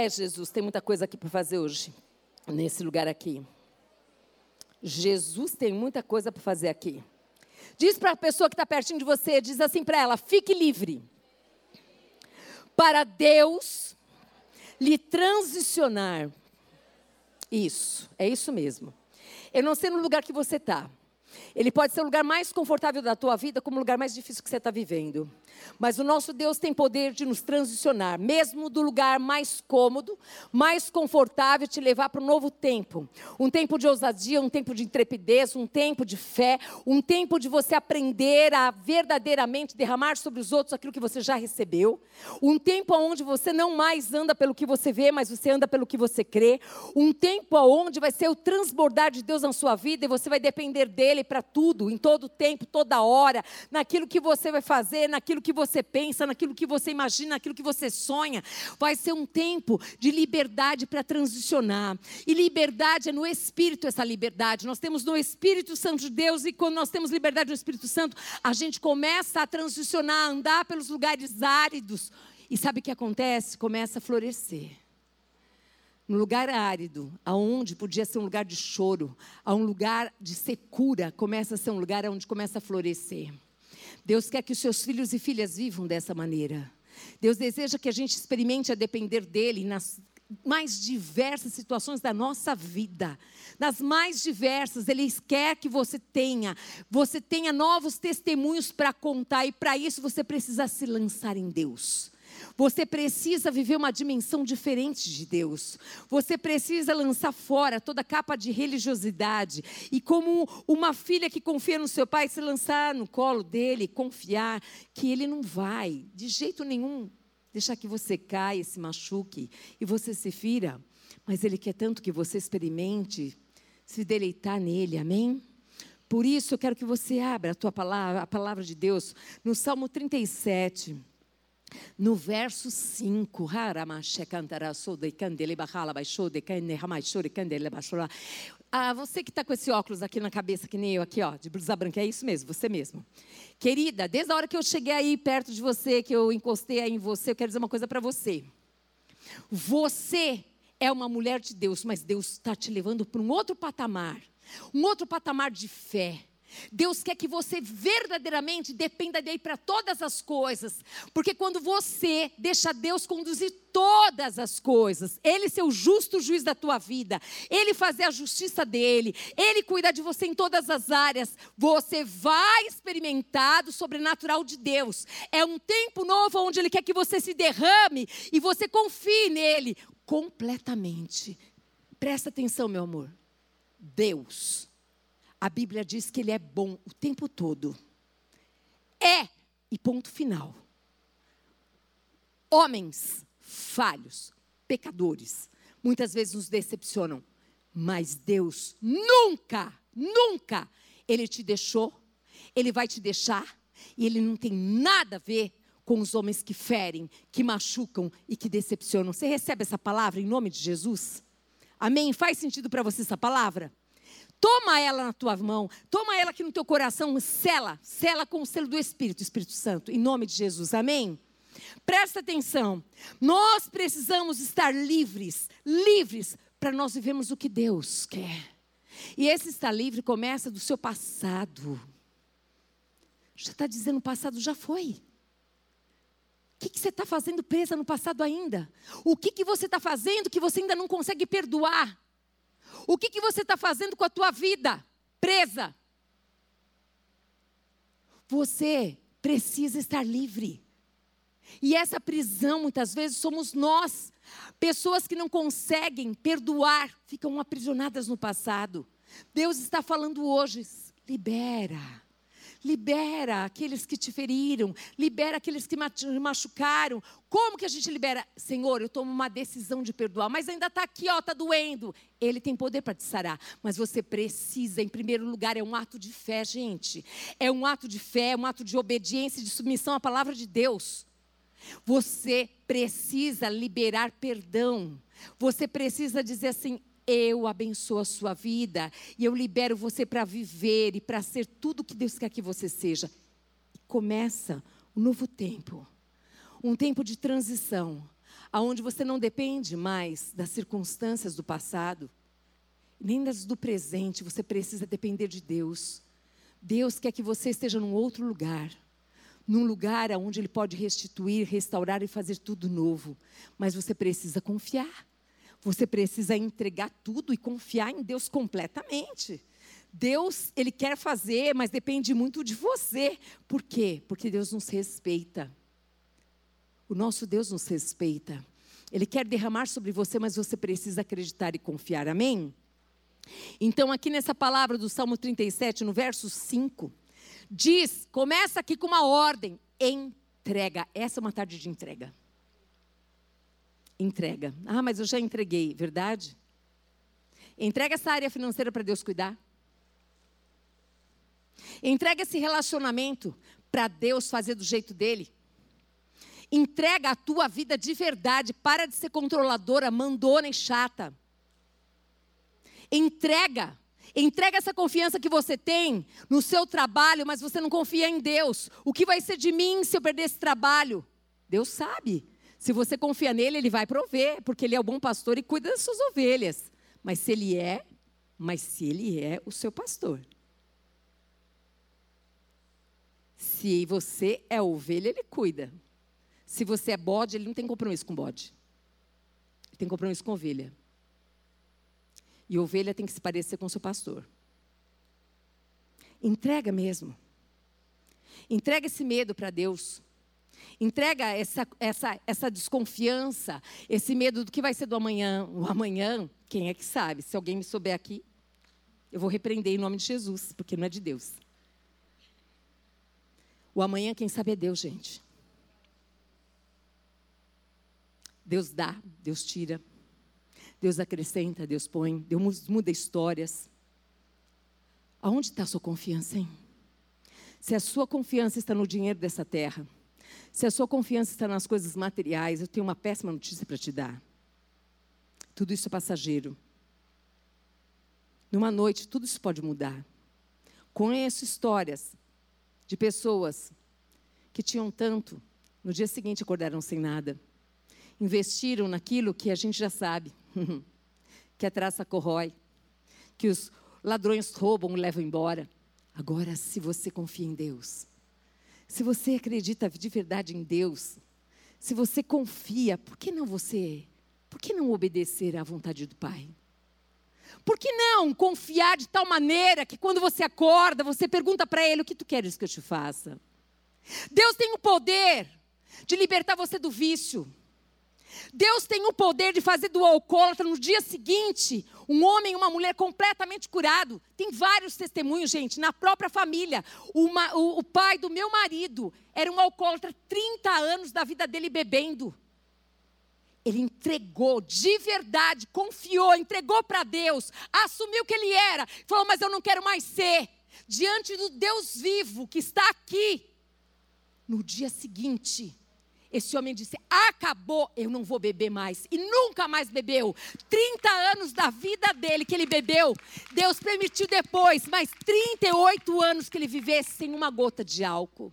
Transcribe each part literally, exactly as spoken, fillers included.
É, Jesus, tem muita coisa aqui para fazer hoje, nesse lugar aqui. Jesus tem muita coisa para fazer aqui. Diz para a pessoa que está pertinho de você, diz assim para ela: fique livre, para Deus lhe transicionar. Isso, é isso mesmo. Eu não sei no lugar que você está. Ele pode ser o lugar mais confortável da tua vida, como o lugar mais difícil que você está vivendo. Mas o nosso Deus tem poder de nos transicionar, mesmo do lugar mais cômodo, mais confortável, te levar para um novo tempo. Um tempo de ousadia, um tempo de intrepidez, um tempo de fé, um tempo de você aprender a verdadeiramente derramar sobre os outros aquilo que você já recebeu. Um tempo onde você não mais anda pelo que você vê, mas você anda pelo que você crê. Um tempo onde vai ser o transbordar de Deus na sua vida e você vai depender dele para tudo, em todo tempo, toda hora, naquilo que você vai fazer, naquilo que você pensa, naquilo que você imagina, naquilo que você sonha. Vai ser um tempo de liberdade para transicionar. E liberdade é no Espírito, essa liberdade. Nós temos no Espírito Santo de Deus, e quando nós temos liberdade no Espírito Santo, a gente começa a transicionar, a andar pelos lugares áridos. E sabe o que acontece? Começa a florescer. No lugar árido, aonde podia ser um lugar de choro, a um lugar de secura, começa a ser um lugar onde começa a florescer. Deus quer que os seus filhos e filhas vivam dessa maneira. Deus deseja que a gente experimente a depender dEle nas mais diversas situações da nossa vida. Nas mais diversas, Ele quer que você tenha, você tenha novos testemunhos para contar, e para isso você precisa se lançar em Deus. Você precisa viver uma dimensão diferente de Deus. Você precisa lançar fora toda capa de religiosidade. E como uma filha que confia no seu pai, se lançar no colo dele, confiar que ele não vai, de jeito nenhum, deixar que você caia, se machuque e você se fira. Mas Ele quer tanto que você experimente se deleitar nele, amém? Por isso eu quero que você abra a tua palavra, a palavra de Deus, no Salmo trinta e sete. No verso cinco, ah, você que está com esse óculos aqui na cabeça, que nem eu aqui, ó, de blusa branca, é isso mesmo, você mesmo. Querida, desde a hora que eu cheguei aí perto de você, que eu encostei aí em você, eu quero dizer uma coisa para você. Você é uma mulher de Deus, mas Deus está te levando para um outro patamar, um outro patamar de fé. Deus quer que você verdadeiramente dependa dele para todas as coisas, porque quando você deixa Deus conduzir todas as coisas, Ele ser o justo juiz da tua vida, Ele fazer a justiça dEle, Ele cuidar de você em todas as áreas, você vai experimentar do sobrenatural de Deus. É um tempo novo onde Ele quer que você se derrame e você confie nele completamente. Presta atenção, meu amor. Deus, a Bíblia diz que Ele é bom o tempo todo. É, e ponto final. Homens falhos, pecadores, muitas vezes nos decepcionam. Mas Deus nunca, nunca, Ele te deixou, Ele vai te deixar. E Ele não tem nada a ver com os homens que ferem, que machucam e que decepcionam. Você recebe essa palavra em nome de Jesus? Amém? Faz sentido para você essa palavra? Toma ela na tua mão, toma ela aqui no teu coração, sela, sela com o selo do Espírito, Espírito Santo, em nome de Jesus, amém? Presta atenção, nós precisamos estar livres, livres, para nós vivermos o que Deus quer. E esse estar livre começa do seu passado. Já está dizendo, o passado já foi. O que, que você está fazendo presa no passado ainda? O que, que você está fazendo que você ainda não consegue perdoar? O que, que você está fazendo com a tua vida presa? Você precisa estar livre. E essa prisão, muitas vezes, somos nós. Pessoas que não conseguem perdoar, ficam aprisionadas no passado. Deus está falando hoje, libera. Libera aqueles que te feriram, libera aqueles que te machucaram. Como que a gente libera? Senhor, eu tomo uma decisão de perdoar, mas ainda está aqui, ó, está doendo. Ele tem poder para te sarar, mas você precisa, em primeiro lugar, é um ato de fé, gente. É um ato de fé, é um ato de obediência e de submissão à palavra de Deus. Você precisa liberar perdão. Você precisa dizer assim, eu abençoo a sua vida e eu libero você para viver e para ser tudo que Deus quer que você seja. Começa um novo tempo, um tempo de transição, aonde você não depende mais das circunstâncias do passado, nem das do presente, você precisa depender de Deus. Deus quer que você esteja num outro lugar, num lugar onde Ele pode restituir, restaurar e fazer tudo novo. Mas você precisa confiar. Você precisa entregar tudo e confiar em Deus completamente. Deus, Ele quer fazer, mas depende muito de você. Por quê? Porque Deus nos respeita. O nosso Deus nos respeita. Ele quer derramar sobre você, mas você precisa acreditar e confiar. Amém? Então, aqui nessa palavra do Salmo trinta e sete, no verso cinco, diz, começa aqui com uma ordem, entrega. Essa é uma tarde de entrega. Entrega. Ah, mas eu já entreguei, verdade? Entrega essa área financeira para Deus cuidar. Entrega esse relacionamento para Deus fazer do jeito dele. Entrega a tua vida de verdade. Para de ser controladora, mandona e chata. Entrega. Entrega essa confiança que você tem no seu trabalho, mas você não confia em Deus. O que vai ser de mim se eu perder esse trabalho? Deus sabe. Se você confia nele, Ele vai prover, porque Ele é o bom pastor e cuida das suas ovelhas. Mas se Ele é, mas se Ele é o seu pastor. Se você é ovelha, Ele cuida. Se você é bode, Ele não tem compromisso com bode. Ele tem compromisso com ovelha. E ovelha tem que se parecer com o seu pastor. Entrega mesmo. Entrega esse medo para Deus. Entrega essa, essa, essa desconfiança, esse medo do que vai ser do amanhã. O amanhã, quem é que sabe? Se alguém me souber aqui, eu vou repreender em nome de Jesus, porque não é de Deus. O amanhã, quem sabe, é Deus, gente. Deus dá, Deus tira. Deus acrescenta, Deus põe, Deus muda histórias. Aonde está a sua confiança, hein? Se a sua confiança está no dinheiro dessa terra, se a sua confiança está nas coisas materiais, eu tenho uma péssima notícia para te dar. Tudo isso é passageiro. Numa noite, tudo isso pode mudar. Conheço histórias de pessoas que tinham tanto, no dia seguinte acordaram sem nada. Investiram naquilo que a gente já sabe, que a traça corrói, que os ladrões roubam e levam embora. Agora, se você confia em Deus, se você acredita de verdade em Deus, se você confia, por que não você, por que não obedecer à vontade do Pai? Por que não confiar de tal maneira que quando você acorda, você pergunta para Ele, o que tu queres que eu te faça? Deus tem o poder de libertar você do vício. Deus tem o poder de fazer do alcoólatra no dia seguinte um homem e uma mulher completamente curado. Tem vários testemunhos, gente, na própria família. Uma, o, o pai do meu marido era um alcoólatra, trinta anos da vida dele bebendo. Ele entregou de verdade, confiou, entregou para Deus, assumiu que ele era, falou, mas eu não quero mais ser. Diante do Deus vivo que está aqui, no dia seguinte, esse homem disse, acabou, eu não vou beber mais. E nunca mais bebeu. trinta anos da vida dele que ele bebeu, Deus permitiu depois, mais trinta e oito anos que ele vivesse sem uma gota de álcool.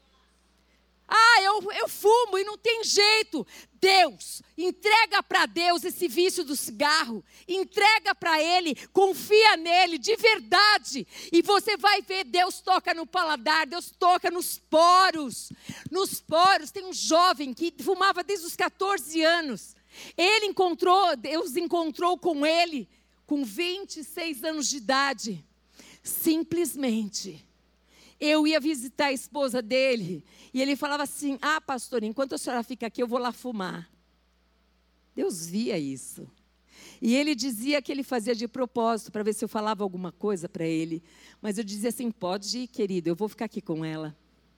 Ah, eu, eu fumo e não tem jeito. Deus, entrega para Deus esse vício do cigarro. Entrega para Ele, confia nele de verdade. E você vai ver, Deus toca no paladar, Deus toca nos poros. Nos poros, tem um jovem que fumava desde os catorze anos. Ele encontrou, Deus encontrou com ele, com vinte e seis anos de idade. Simplesmente. Eu ia visitar a esposa dele, e ele falava assim, ah, pastor, enquanto a senhora fica aqui, eu vou lá fumar. Deus via isso. E ele dizia que ele fazia de propósito, para ver se eu falava alguma coisa para ele. Mas eu dizia assim, pode ir, querido, eu vou ficar aqui com ela.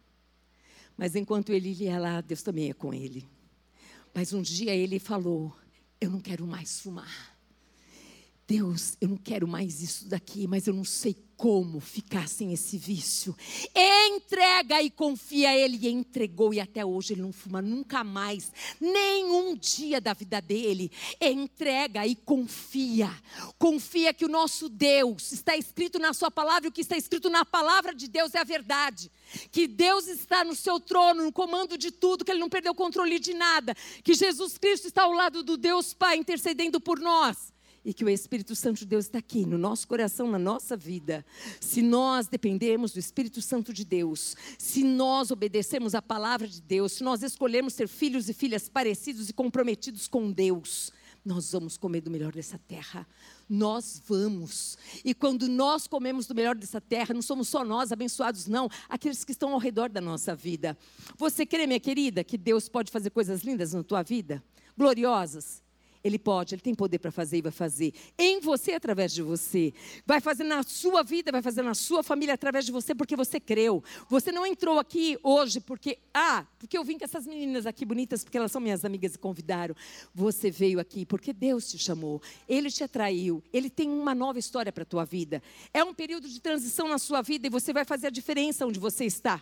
Mas enquanto ele ia lá, Deus também ia com ele. Mas um dia ele falou, eu não quero mais fumar. Deus, eu não quero mais isso daqui, mas eu não sei como ficar sem esse vício. Entrega e confia. Ele entregou e até hoje ele não fuma nunca mais, nenhum dia da vida dele. Entrega e confia. Confia que o nosso Deus, está escrito na sua palavra, e o que está escrito na palavra de Deus é a verdade. Que Deus está no seu trono, no comando de tudo, que ele não perdeu o controle de nada. Que Jesus Cristo está ao lado do Deus Pai, intercedendo por nós. E que o Espírito Santo de Deus está aqui, no nosso coração, na nossa vida. Se nós dependermos do Espírito Santo de Deus, se nós obedecermos a palavra de Deus, se nós escolhermos ser filhos e filhas parecidos e comprometidos com Deus, nós vamos comer do melhor dessa terra. Nós vamos. E quando nós comemos do melhor dessa terra, não somos só nós abençoados, não. Aqueles que estão ao redor da nossa vida. Você crê, minha querida, que Deus pode fazer coisas lindas na tua vida? Gloriosas? Ele pode, Ele tem poder para fazer e vai fazer em você, através de você. Vai fazer na sua vida, vai fazer na sua família, através de você, porque você creu. Você não entrou aqui hoje porque, ah, porque eu vim com essas meninas aqui bonitas, porque elas são minhas amigas e convidaram. Você veio aqui porque Deus te chamou, Ele te atraiu, Ele tem uma nova história para a tua vida. É um período de transição na sua vida e você vai fazer a diferença onde você está.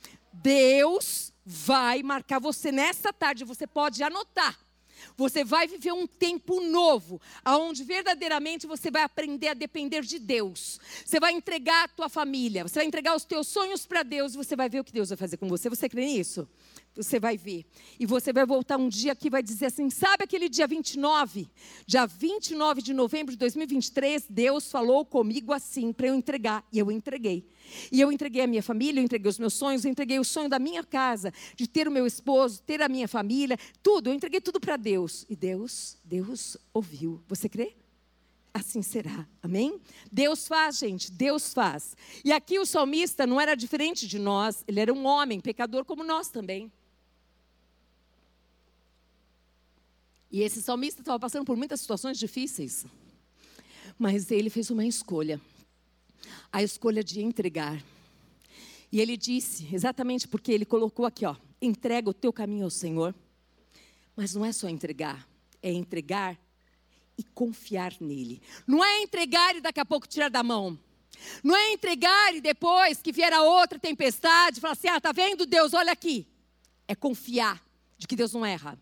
Deus vai marcar você nessa tarde, você pode anotar. Você vai viver um tempo novo, onde verdadeiramente você vai aprender a depender de Deus. Você vai entregar a tua família, você vai entregar os teus sonhos para Deus e você vai ver o que Deus vai fazer com você. Você crê nisso? Você vai ver. E você vai voltar um dia que vai dizer assim, sabe aquele dia vinte e nove? Dia vinte e nove de novembro de dois mil e vinte e três, Deus falou comigo assim, para eu entregar. E eu entreguei. E eu entreguei a minha família, eu entreguei os meus sonhos, eu entreguei o sonho da minha casa, de ter o meu esposo, ter a minha família, tudo. Eu entreguei tudo para Deus. E Deus, Deus ouviu. Você crê? Assim será, amém? Deus faz, gente, Deus faz. E aqui o salmista não era diferente de nós, ele era um homem, pecador como nós também. E esse salmista estava passando por muitas situações difíceis, mas ele fez uma escolha, a escolha de entregar. E ele disse, exatamente porque ele colocou aqui, ó, entrega o teu caminho ao Senhor, mas não é só entregar, é entregar e confiar nele. Não é entregar e daqui a pouco tirar da mão. Não é entregar e depois que vier a outra tempestade, falar assim, ah, tá vendo Deus, olha aqui. É confiar de que Deus não erra.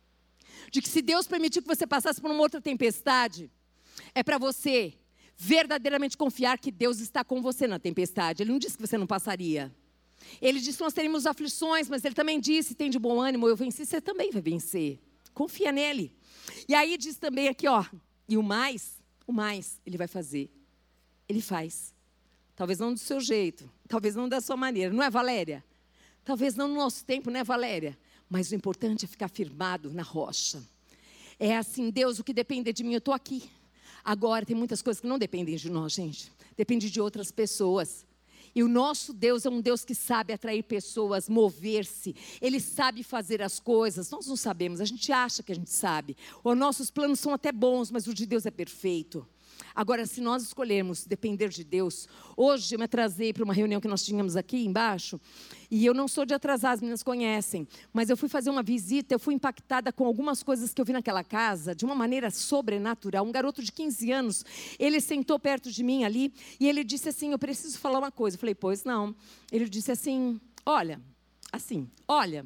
De que se Deus permitir que você passasse por uma outra tempestade, é para você verdadeiramente confiar que Deus está com você na tempestade. Ele não disse que você não passaria. Ele disse que nós teríamos aflições, mas ele também disse, tem de bom ânimo, eu venci, você também vai vencer. Confia nele. E aí diz também aqui, ó, e o mais, o mais ele vai fazer. Ele faz. Talvez não do seu jeito, talvez não da sua maneira, não é, Valéria? Talvez não no nosso tempo, não é, Valéria? Mas o importante é ficar firmado na rocha. É assim, Deus, o que depende de mim, eu estou aqui. Agora, tem muitas coisas que não dependem de nós, gente. Depende de outras pessoas. E o nosso Deus é um Deus que sabe atrair pessoas, mover-se. Ele sabe fazer as coisas. Nós não sabemos, a gente acha que a gente sabe. Os nossos planos são até bons, mas o de Deus é perfeito. Agora, se nós escolhermos depender de Deus, hoje eu me atrasei para uma reunião que nós tínhamos aqui embaixo, e eu não sou de atrasar, as meninas conhecem, mas eu fui fazer uma visita, eu fui impactada com algumas coisas que eu vi naquela casa, de uma maneira sobrenatural. Um garoto de quinze anos, ele sentou perto de mim ali, e ele disse assim, eu preciso falar uma coisa. Eu falei, pois não. Ele disse assim, olha, assim, olha,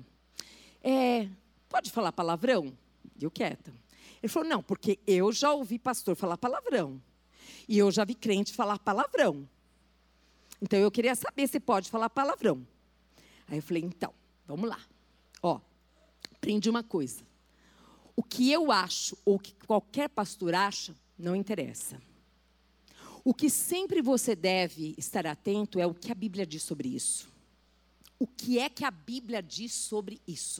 é, pode falar palavrão? E eu quieta. Ele falou, não, porque eu já ouvi pastor falar palavrão. E eu já vi crente falar palavrão. Então, eu queria saber se pode falar palavrão. Aí eu falei, então, vamos lá. Ó, aprende uma coisa. O que eu acho, ou o que qualquer pastor acha, não interessa. O que sempre você deve estar atento é o que a Bíblia diz sobre isso. O que é que a Bíblia diz sobre isso?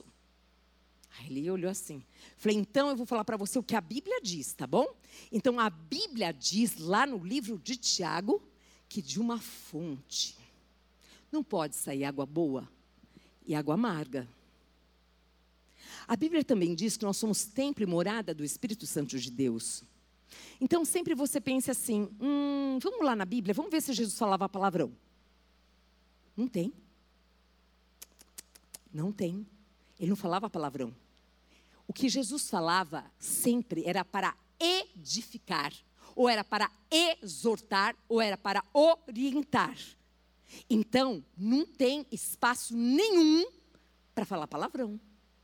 Aí ele olhou assim. Falei, então eu vou falar para você o que a Bíblia diz, tá bom? Então a Bíblia diz lá no livro de Tiago que de uma fonte não pode sair água boa e água amarga. A Bíblia também diz que nós somos templo e morada do Espírito Santo de Deus. Então sempre você pense assim, hum, vamos lá na Bíblia, vamos ver se Jesus falava palavrão. Não tem. Não tem. Ele não falava palavrão. O que Jesus falava sempre era para edificar. ou era para exortar, ou era para orientar. Então, não tem espaço nenhum para falar palavrão.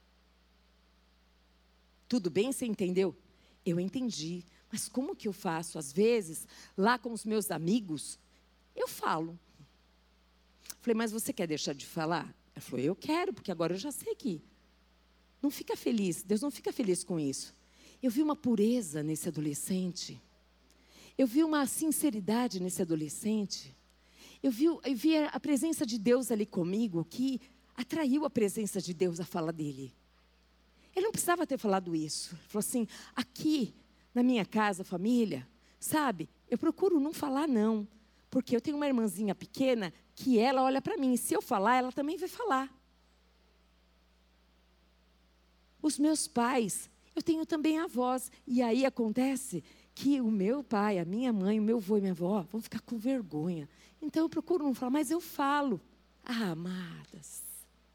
Tudo bem, você entendeu? Eu entendi. Mas como que eu faço? Às vezes, lá com os meus amigos, eu falo. Falei, mas você quer deixar de falar? Ela falou, eu quero, porque agora eu já sei que não fica feliz. Deus não fica feliz com isso. Eu vi uma pureza nesse adolescente. Eu vi uma sinceridade nesse adolescente. Eu vi, eu vi a presença de Deus ali comigo, que atraiu a presença de Deus a fala dele. Ele não precisava ter falado isso. Ele falou assim, aqui na minha casa, família, sabe, eu procuro não falar não, porque eu tenho uma irmãzinha pequena que ela olha para mim, e se eu falar, ela também vai falar. Os meus pais, eu tenho também avós, e aí acontece que o meu pai, a minha mãe, o meu avô e minha avó vão ficar com vergonha. Então eu procuro não falar, mas eu falo. Ah, amadas,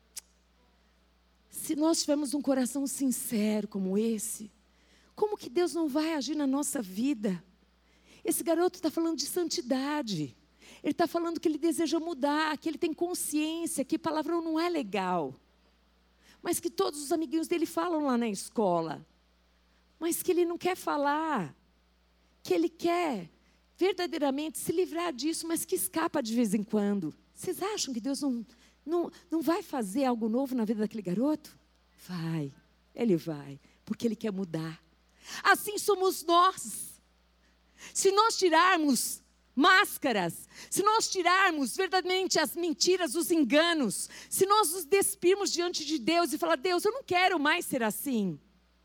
se nós tivermos um coração sincero como esse, como que Deus não vai agir na nossa vida? Esse garoto está falando de santidade. Ele está falando que ele deseja mudar, que ele tem consciência, que palavrão não é legal. Mas que todos os amiguinhos dele falam lá na escola. Mas que ele não quer falar. Que ele quer verdadeiramente se livrar disso, mas que escapa de vez em quando. Vocês acham que Deus não, não, não vai fazer algo novo na vida daquele garoto? Vai, Ele vai, porque Ele quer mudar. Assim somos nós. Se nós tirarmos máscaras, se nós tirarmos verdadeiramente as mentiras, os enganos, se nós nos despirmos diante de Deus e falar, Deus, eu não quero mais ser assim.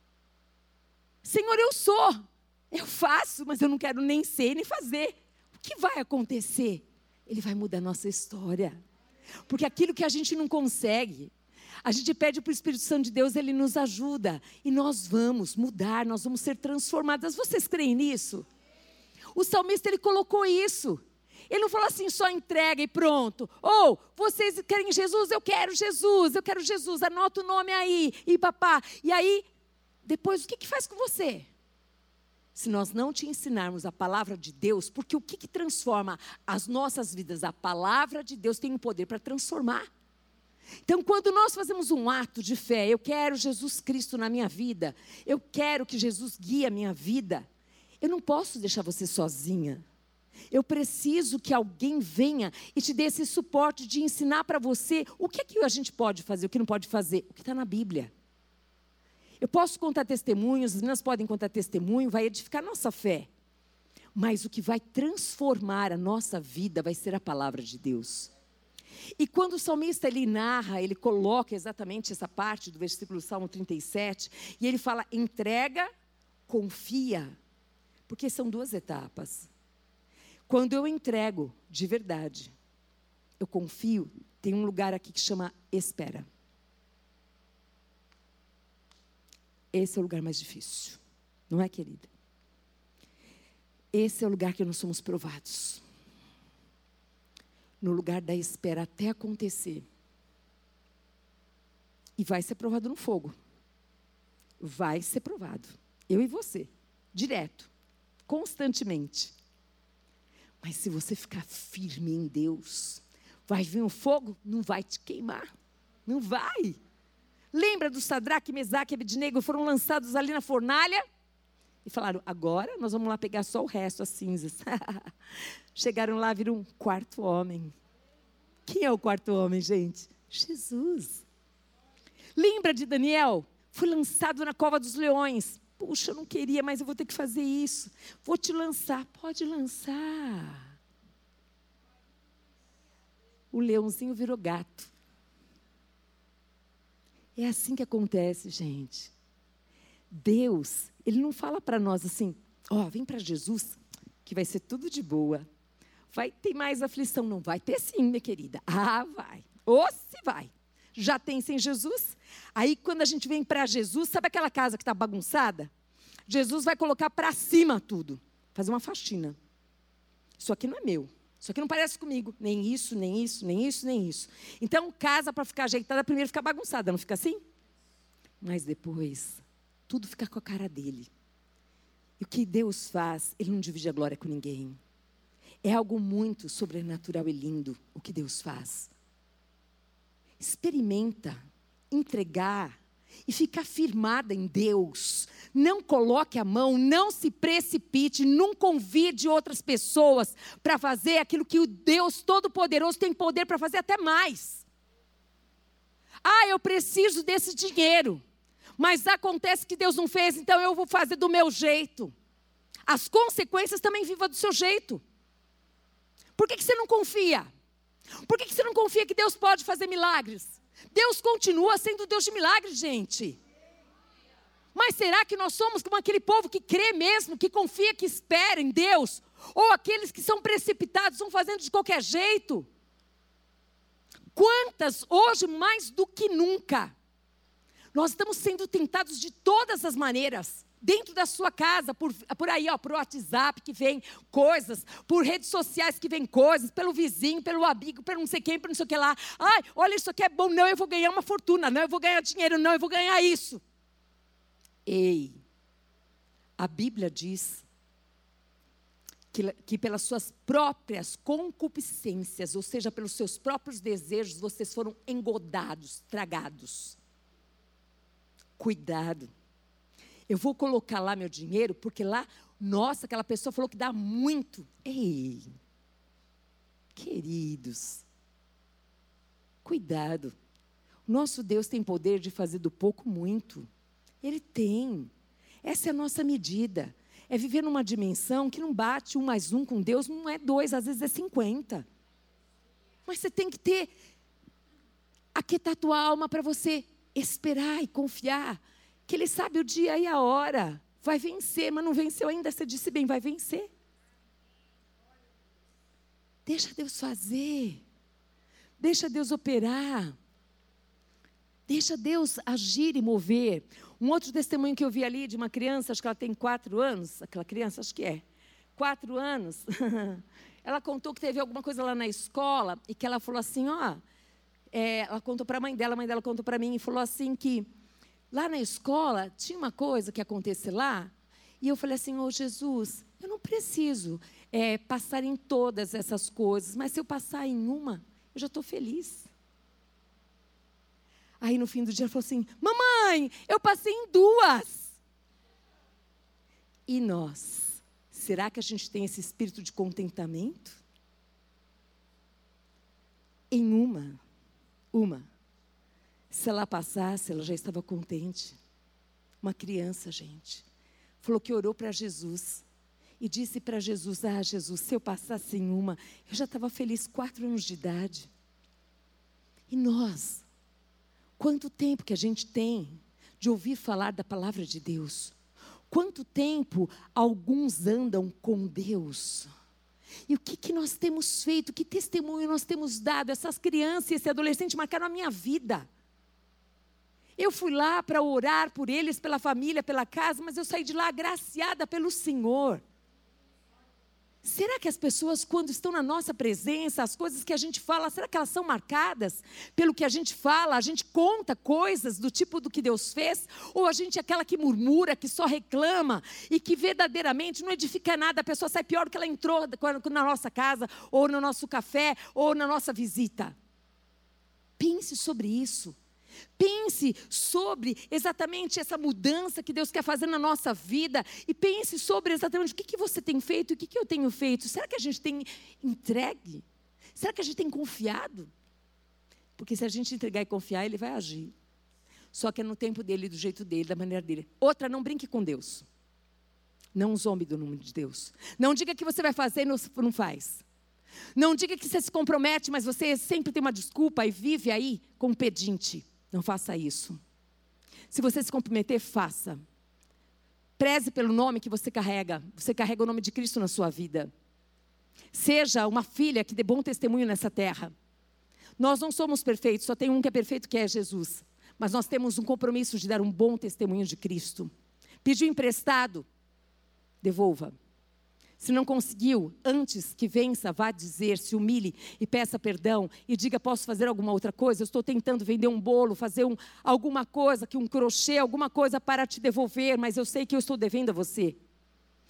Senhor, eu sou, eu faço, mas eu não quero nem ser, nem fazer. O que vai acontecer? Ele vai mudar a nossa história. Porque aquilo que a gente não consegue, a gente pede para o Espírito Santo de Deus, Ele nos ajuda. E nós vamos mudar, nós vamos ser transformadas. Vocês creem nisso? O salmista, ele colocou isso. Ele não falou assim, só entrega e pronto. Ou, vocês querem Jesus? Eu quero Jesus, eu quero Jesus. Anota o nome aí, e papá. E aí, depois, o que que faz com você? Se nós não te ensinarmos a palavra de Deus, porque o que que transforma as nossas vidas? A palavra de Deus tem o poder para transformar. Então, quando nós fazemos um ato de fé, eu quero Jesus Cristo na minha vida, eu quero que Jesus guie a minha vida, eu não posso deixar você sozinha. Eu preciso que alguém venha e te dê esse suporte de ensinar para você o que é que a gente pode fazer, o que não pode fazer, o que está na Bíblia. Eu posso contar testemunhos, as meninas podem contar testemunho, vai edificar a nossa fé. Mas o que vai transformar a nossa vida vai ser a palavra de Deus. E quando o salmista ele narra, ele coloca exatamente essa parte do versículo Salmo trinta e sete, e ele fala, entrega, confia, porque são duas etapas. Quando eu entrego de verdade, eu confio, tem um lugar aqui que chama espera. Esse é o lugar mais difícil, não é, querida? Esse é o lugar que nós somos provados. No lugar da espera até acontecer. E vai ser provado no fogo. Vai ser provado. Eu e você, direto, constantemente. Mas se você ficar firme em Deus, vai vir o fogo, não vai te queimar. Não vai. Lembra do Sadraque, Mesaque e Abednego, foram lançados ali na fornalha? E falaram, agora nós vamos lá pegar só o resto, as cinzas. Chegaram lá, viram um quarto homem. Quem é o quarto homem, gente? Jesus. Lembra de Daniel? Foi lançado na cova dos leões. Puxa, eu não queria, mas eu vou ter que fazer isso. Vou te lançar. Pode lançar. O leãozinho virou gato. É assim que acontece, gente. Deus, Ele não fala para nós assim, ó, oh, vem para Jesus, que vai ser tudo de boa. Vai ter mais aflição? Não vai ter sim, minha querida. Ah, vai. Ou se vai. Já tem sem Jesus? Aí, quando a gente vem para Jesus, sabe aquela casa que está bagunçada? Jesus vai colocar para cima tudo. Fazer uma faxina. Isso aqui não é meu. Isso aqui não parece comigo. Nem isso, nem isso, nem isso, nem isso. Então, casa para ficar ajeitada, primeiro fica bagunçada, não fica assim? Mas depois, tudo fica com a cara dele. E o que Deus faz, Ele não divide a glória com ninguém. É algo muito sobrenatural e lindo o que Deus faz. Experimenta entregar e ficar firmada em Deus. Não coloque a mão, não se precipite, não convide outras pessoas para fazer aquilo que o Deus Todo-Poderoso tem poder para fazer, até mais. Ah, eu preciso desse dinheiro, mas acontece que Deus não fez, então eu vou fazer do meu jeito. As consequências também viva do seu jeito. Por que que você não confia? Por que que você não confia que Deus pode fazer milagres? Deus continua sendo Deus de milagres, gente. Mas será que nós somos como aquele povo que crê mesmo, que confia, que espera em Deus? Ou aqueles que são precipitados, vão fazendo de qualquer jeito? Quantas, hoje mais do que nunca, nós estamos sendo tentados de todas as maneiras. Dentro da sua casa, por, por aí, ó, por WhatsApp que vem coisas, por redes sociais que vem coisas, pelo vizinho, pelo amigo, pelo não sei quem, pelo não sei o que lá. Ai, olha, isso aqui é bom, não, eu vou ganhar uma fortuna, não, eu vou ganhar dinheiro, não, eu vou ganhar isso. Ei, a Bíblia diz que, que pelas suas próprias concupiscências, ou seja, pelos seus próprios desejos, vocês foram engodados, tragados. Cuidado. Eu vou colocar lá meu dinheiro, porque lá, nossa, aquela pessoa falou que dá muito. Ei, queridos, cuidado. Nosso Deus tem poder de fazer do pouco muito. Ele tem. Essa é a nossa medida. É viver numa dimensão que não bate um mais um com Deus, não é dois, às vezes é cinquenta. Mas você tem que ter, aquietar a tua alma para você esperar e confiar. Que Ele sabe o dia e a hora. Vai vencer, mas não venceu ainda. Você disse bem, vai vencer. Deixa Deus fazer. Deixa Deus operar. Deixa Deus agir e mover. Um outro testemunho que eu vi ali de uma criança, acho que ela tem quatro anos. Aquela criança, acho que é. Quatro anos. Ela contou que teve alguma coisa lá na escola e que ela falou assim, ó. É, ela contou para a mãe dela, a mãe dela contou para mim e falou assim que lá na escola, tinha uma coisa que acontecia lá, e eu falei assim, ô Jesus, eu não preciso é, passar em todas essas coisas, mas se eu passar em uma, eu já estou feliz. Aí no fim do dia ela falou assim, mamãe, eu passei em duas. E nós, será que a gente tem esse espírito de contentamento? Em uma, uma. Se ela passasse, ela já estava contente. Uma criança, gente. Falou que orou para Jesus. E disse para Jesus, ah, Jesus, se eu passasse em uma, eu já estava feliz, quatro anos de idade. E nós, quanto tempo que a gente tem de ouvir falar da palavra de Deus? Quanto tempo alguns andam com Deus? E o que, que nós temos feito? Que testemunho nós temos dado? Essas crianças e esse adolescente marcaram a minha vida. Eu fui lá para orar por eles, pela família, pela casa, mas eu saí de lá agraciada pelo Senhor. Será que as pessoas, quando estão na nossa presença, as coisas que a gente fala, será que elas são marcadas pelo que a gente fala? A gente conta coisas do tipo do que Deus fez? Ou a gente é aquela que murmura, que só reclama e que verdadeiramente não edifica nada? A pessoa sai pior do que ela entrou na nossa casa, ou no nosso café, ou na nossa visita. Pense sobre isso. Pense sobre exatamente essa mudança que Deus quer fazer na nossa vida. E pense sobre exatamente o que, que você tem feito e o que, que eu tenho feito. Será que a gente tem entregue? Será que a gente tem confiado? Porque se a gente entregar e confiar, Ele vai agir. Só que é no tempo dEle, do jeito dEle, da maneira dEle. Outra, não brinque com Deus. Não zombe do nome de Deus. Não diga que você vai fazer e não, não faz. Não diga que você se compromete, mas você sempre tem uma desculpa e vive aí como pedinte. Não faça isso. Se você se comprometer, faça. Preze pelo nome que você carrega. Você carrega o nome de Cristo na sua vida. Seja uma filha que dê bom testemunho nessa terra. Nós não somos perfeitos, só tem um que é perfeito, que é Jesus. Mas nós temos um compromisso de dar um bom testemunho de Cristo. Pediu emprestado? Devolva. Se não conseguiu, antes que vença, vá dizer, se humilhe e peça perdão. E diga, posso fazer alguma outra coisa? Eu estou tentando vender um bolo, fazer um, alguma coisa, que um crochê, alguma coisa para te devolver, mas eu sei que eu estou devendo a você.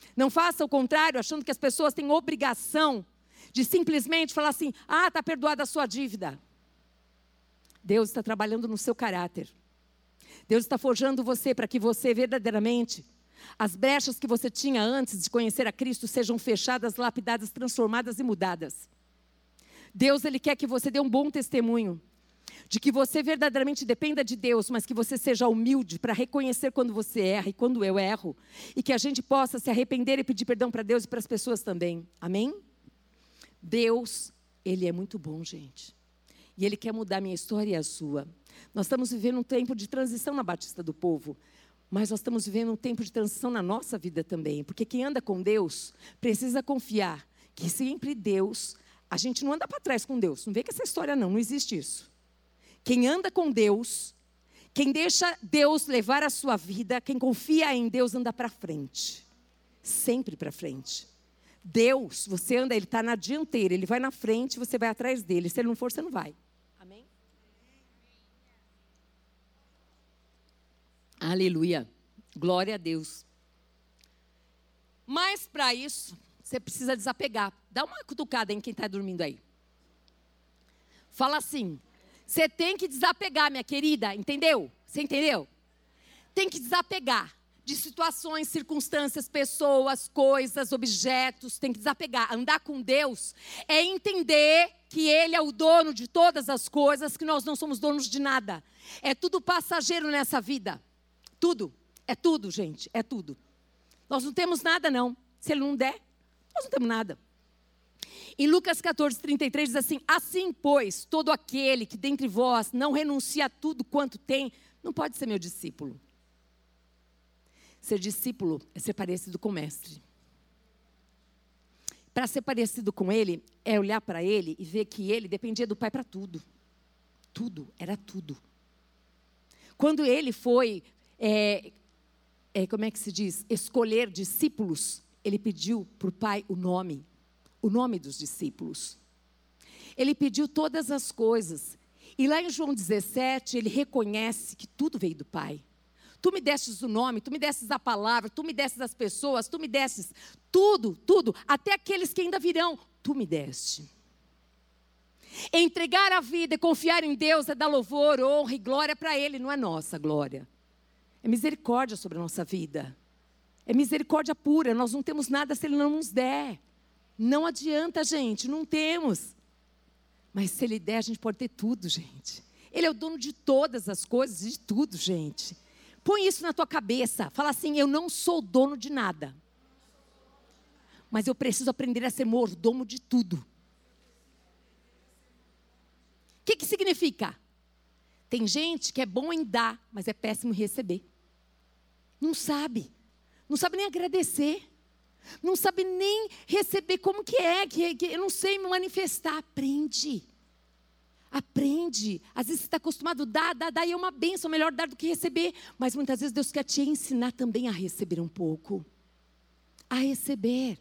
Não faça o contrário, achando que as pessoas têm obrigação de simplesmente falar assim, ah, está perdoada a sua dívida. Deus está trabalhando no seu caráter. Deus está forjando você para que você verdadeiramente, as brechas que você tinha antes de conhecer a Cristo sejam fechadas, lapidadas, transformadas e mudadas. Deus, Ele quer que você dê um bom testemunho de que você verdadeiramente dependa de Deus, mas que você seja humilde para reconhecer quando você erra e quando eu erro, e que a gente possa se arrepender e pedir perdão para Deus e para as pessoas também. Amém? Deus, Ele é muito bom, gente. E Ele quer mudar a minha história e a sua. Nós estamos vivendo um tempo de transição na Batista do Povo, mas nós estamos vivendo um tempo de transição na nossa vida também, porque quem anda com Deus precisa confiar que sempre Deus, a gente não anda para trás com Deus, não vem com essa história não, não existe isso. Quem anda com Deus, quem deixa Deus levar a sua vida, quem confia em Deus anda para frente, sempre para frente. Deus, você anda, Ele está na dianteira, Ele vai na frente, você vai atrás dele, se Ele não for, você não vai. Amém? Aleluia, glória a Deus. Mas para isso, você precisa desapegar. Dá uma cutucada em quem está dormindo aí. Fala assim, você tem que desapegar, minha querida, entendeu? Você entendeu? Tem que desapegar de situações, circunstâncias, pessoas, coisas, objetos, tem que desapegar. Andar com Deus é entender que Ele é o dono de todas as coisas, que nós não somos donos de nada. É tudo passageiro nessa vida. Tudo. É tudo, gente. É tudo. Nós não temos nada, não. Se Ele não der, nós não temos nada. Em Lucas catorze, trinta e três diz assim, assim, pois, todo aquele que dentre vós não renuncia a tudo quanto tem, não pode ser meu discípulo. Ser discípulo é ser parecido com o mestre. Para ser parecido com ele, é olhar para ele e ver que ele dependia do Pai para tudo. Tudo, era tudo. Quando ele foi, é, é, como é que se diz, escolher discípulos, ele pediu para o Pai o nome, o nome dos discípulos. Ele pediu todas as coisas. E lá em João dezessete, ele reconhece que tudo veio do Pai. Tu me destes o nome, tu me destes a palavra, tu me destes as pessoas, tu me destes tudo, tudo, até aqueles que ainda virão, tu me deste. Entregar a vida e confiar em Deus é dar louvor, honra e glória para Ele, não é nossa glória. É misericórdia sobre a nossa vida. É misericórdia pura, nós não temos nada se Ele não nos der. Não adianta, gente, não temos. Mas se Ele der, a gente pode ter tudo, gente. Ele é o dono de todas as coisas, de tudo, gente. Põe isso na tua cabeça. Fala assim, eu não sou dono de nada. Mas eu preciso aprender a ser mordomo de tudo. O que que significa? Tem gente que é bom em dar, mas é péssimo em receber. Não sabe. Não sabe nem agradecer. Não sabe nem receber como que é. Que, que eu não sei me manifestar. Aprende. Aprende. Às vezes você está acostumado a dar, dar, dar, e é uma bênção, melhor dar do que receber. Mas muitas vezes Deus quer te ensinar também a receber um pouco. A receber.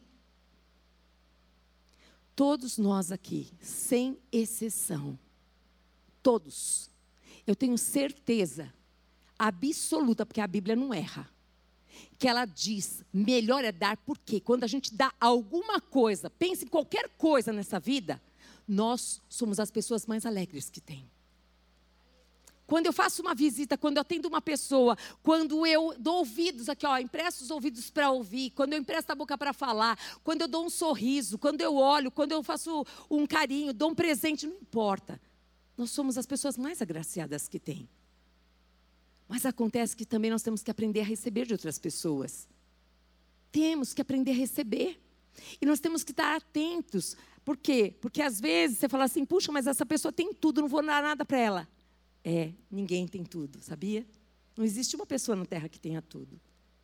Todos nós aqui, sem exceção, todos, eu tenho certeza absoluta, porque a Bíblia não erra, que ela diz, melhor é dar, porque quando a gente dá alguma coisa, pense em qualquer coisa nessa vida, nós somos as pessoas mais alegres que tem. Quando eu faço uma visita, quando eu atendo uma pessoa, quando eu dou ouvidos aqui, ó, empresto os ouvidos para ouvir, quando eu empresto a boca para falar, quando eu dou um sorriso, quando eu olho, quando eu faço um carinho, dou um presente, não importa. Nós somos as pessoas mais agraciadas que tem. Mas acontece que também nós temos que aprender a receber de outras pessoas. Temos que aprender a receber. E nós temos que estar atentos. Por quê? Porque às vezes você fala assim, puxa, mas essa pessoa tem tudo, não vou dar nada para ela. É, ninguém tem tudo, sabia? Não existe uma pessoa na terra que tenha tudo.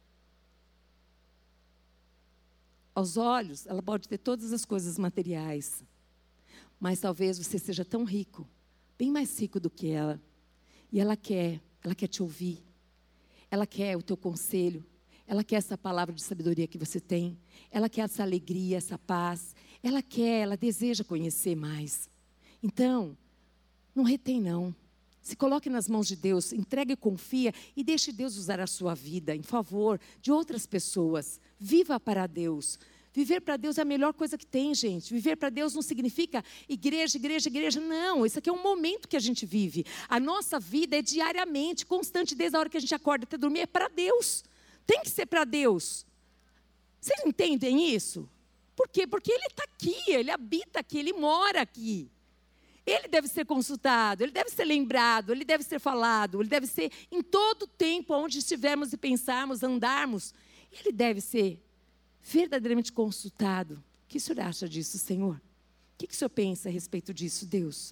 Aos olhos, ela pode ter todas as coisas materiais. Mas talvez você seja tão rico, bem mais rico do que ela. E ela quer, ela quer te ouvir. Ela quer o teu conselho. Ela quer essa palavra de sabedoria que você tem. Ela quer essa alegria, essa paz. Ela quer, ela deseja conhecer mais. Então, não retém não. Se coloque nas mãos de Deus, entregue e confia e deixe Deus usar a sua vida em favor de outras pessoas. Viva para Deus. Viver para Deus é a melhor coisa que tem, gente. Viver para Deus não significa igreja, igreja, igreja. Não, isso aqui é um momento que a gente vive. A nossa vida é diariamente, constante, desde a hora que a gente acorda até dormir, é para Deus. Tem que ser para Deus. Vocês entendem isso? Por quê? Porque Ele está aqui, Ele habita aqui, Ele mora aqui. Ele deve ser consultado, Ele deve ser lembrado, Ele deve ser falado, Ele deve ser em todo o tempo, onde estivermos e pensarmos, andarmos, Ele deve ser verdadeiramente consultado. O que o Senhor acha disso, Senhor? O que o Senhor pensa a respeito disso, Deus?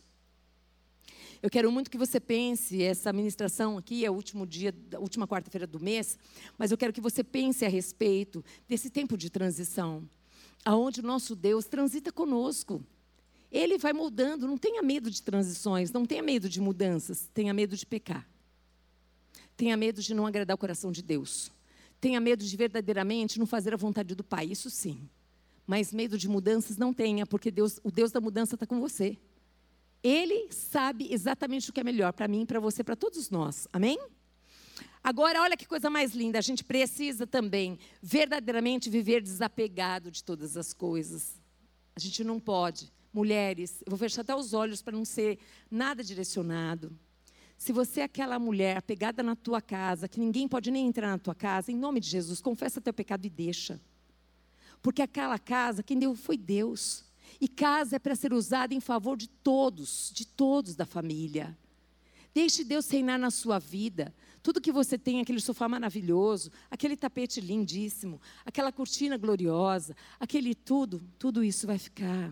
Eu quero muito que você pense, essa ministração aqui é o último dia, a última quarta-feira do mês, mas eu quero que você pense a respeito desse tempo de transição, aonde o nosso Deus transita conosco. Ele vai moldando, não tenha medo de transições, não tenha medo de mudanças, tenha medo de pecar. Tenha medo de não agradar o coração de Deus. Tenha medo de verdadeiramente não fazer a vontade do Pai, isso sim. Mas medo de mudanças não tenha, porque Deus, o Deus da mudança está com você. Ele sabe exatamente o que é melhor para mim, para você, para todos nós. Amém? Agora, olha que coisa mais linda. A gente precisa também verdadeiramente viver desapegado de todas as coisas. A gente não pode. Mulheres, eu vou fechar até os olhos para não ser nada direcionado. Se você é aquela mulher apegada na tua casa, que ninguém pode nem entrar na tua casa, em nome de Jesus, confessa teu pecado e deixa. Porque aquela casa, quem deu foi Deus. E casa é para ser usada em favor de todos, de todos da família. Deixe Deus reinar na sua vida. Tudo que você tem, aquele sofá maravilhoso, aquele tapete lindíssimo, aquela cortina gloriosa, aquele tudo, tudo isso vai ficar.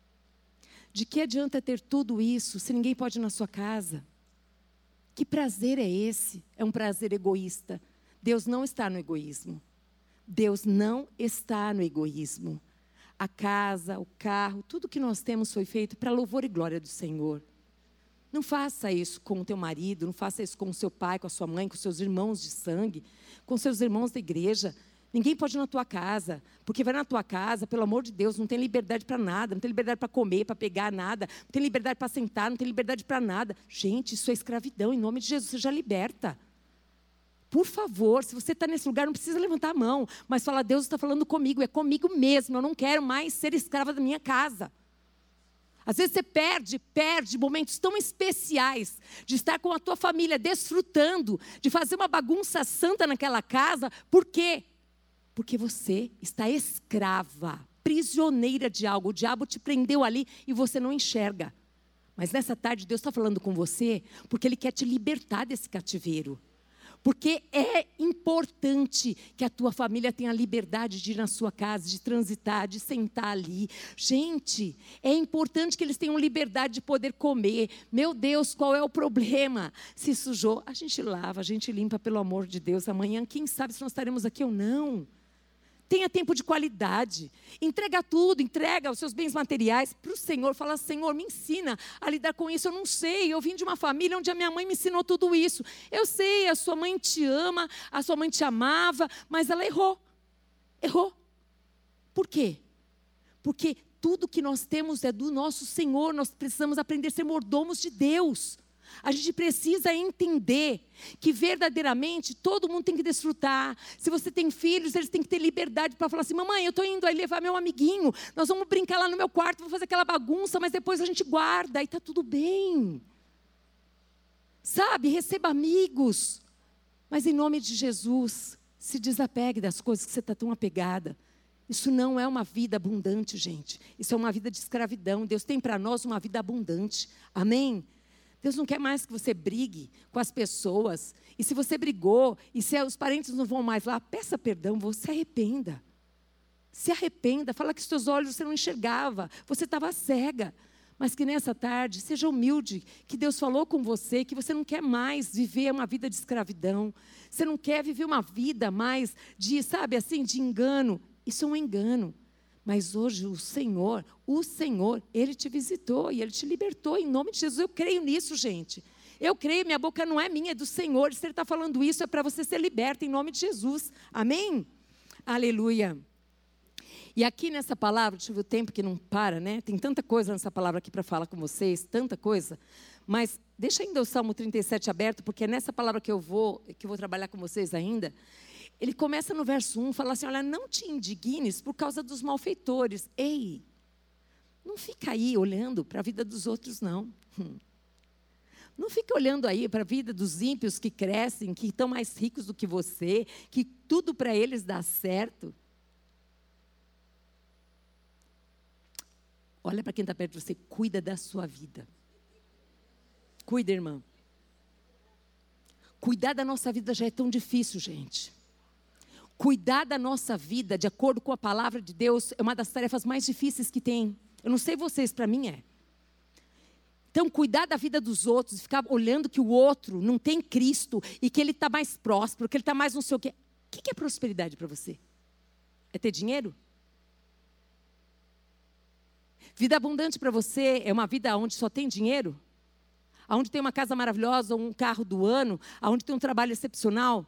De que adianta ter tudo isso se ninguém pode ir na sua casa? Que prazer é esse? É um prazer egoísta. Deus não está no egoísmo. Deus não está no egoísmo. A casa, o carro, tudo que nós temos foi feito para louvor e glória do Senhor. Não faça isso com o teu marido, não faça isso com o seu pai, com a sua mãe, com os seus irmãos de sangue, com os seus irmãos da igreja. Ninguém pode ir na tua casa, porque vai na tua casa, pelo amor de Deus, não tem liberdade para nada, não tem liberdade para comer, para pegar nada, não tem liberdade para sentar, não tem liberdade para nada. Gente, isso é escravidão, em nome de Jesus, seja liberta. Por favor, se você está nesse lugar, não precisa levantar a mão, mas fala, Deus está falando comigo, é comigo mesmo, eu não quero mais ser escrava da minha casa. Às vezes você perde, perde momentos tão especiais de estar com a tua família, desfrutando, de fazer uma bagunça santa naquela casa. Por quê? Porque você está escrava, prisioneira de algo. O diabo te prendeu ali e você não enxerga. Mas nessa tarde Deus está falando com você porque Ele quer te libertar desse cativeiro. Porque é importante que a tua família tenha liberdade de ir na sua casa, de transitar, de sentar ali. Gente, é importante que eles tenham liberdade de poder comer. Meu Deus, qual é o problema? Se sujou, a gente lava, a gente limpa, pelo amor de Deus. Amanhã, quem sabe se nós estaremos aqui ou não. Tenha tempo de qualidade. Entrega tudo, entrega os seus bens materiais para o Senhor. Fala, Senhor, me ensina a lidar com isso. Eu não sei, eu vim de uma família onde a minha mãe me ensinou tudo isso. Eu sei, a sua mãe te ama, a sua mãe te amava, mas ela errou. Errou. Por quê? Porque tudo que nós temos é do nosso Senhor. Nós precisamos aprender a ser mordomos de Deus. A gente precisa entender que verdadeiramente todo mundo tem que desfrutar. Se você tem filhos, eles têm que ter liberdade para falar assim, mamãe, eu estou indo aí levar meu amiguinho, nós vamos brincar lá no meu quarto, vou fazer aquela bagunça, mas depois a gente guarda e está tudo bem. Sabe, receba amigos, mas em nome de Jesus, se desapegue das coisas que você está tão apegada. Isso não é uma vida abundante, gente. Isso é uma vida de escravidão. Deus tem para nós uma vida abundante. Amém? Deus não quer mais que você brigue com as pessoas. E se você brigou, e se os parentes não vão mais lá, peça perdão, você se arrependa. Se arrependa, fala que os seus olhos você não enxergava, você estava cega. Mas que nessa tarde, seja humilde, que Deus falou com você, que você não quer mais viver uma vida de escravidão. Você não quer viver uma vida mais de, sabe assim, de engano. Isso é um engano. Mas hoje o Senhor, o Senhor, Ele te visitou e Ele te libertou em nome de Jesus. Eu creio nisso, gente. Eu creio, minha boca não é minha, é do Senhor. Se Ele está falando isso, é para você ser liberta em nome de Jesus. Amém? Aleluia. E aqui nessa palavra, deixa eu ver o tempo que não para, né? Tem tanta coisa nessa palavra aqui para falar com vocês, tanta coisa. Mas deixa ainda o Salmo trinta e sete aberto, porque é nessa palavra que eu vou, que eu vou trabalhar com vocês ainda. Ele começa no verso um, fala assim, olha, não te indignes por causa dos malfeitores. Ei, não fica aí olhando para a vida dos outros, não. Hum. Não fica olhando aí para a vida dos ímpios que crescem, que estão mais ricos do que você, que tudo para eles dá certo. Olha para quem está perto de você, cuida da sua vida. Cuida, irmã. Cuidar da nossa vida já é tão difícil, gente. Cuidar da nossa vida, de acordo com a palavra de Deus, é uma das tarefas mais difíceis que tem. Eu não sei vocês, para mim é. Então, cuidar da vida dos outros, ficar olhando que o outro não tem Cristo e que ele está mais próspero, que ele está mais não sei o quê. O que é prosperidade para você? É ter dinheiro? Vida abundante para você é uma vida onde só tem dinheiro? Onde tem uma casa maravilhosa, um carro do ano, onde tem um trabalho excepcional?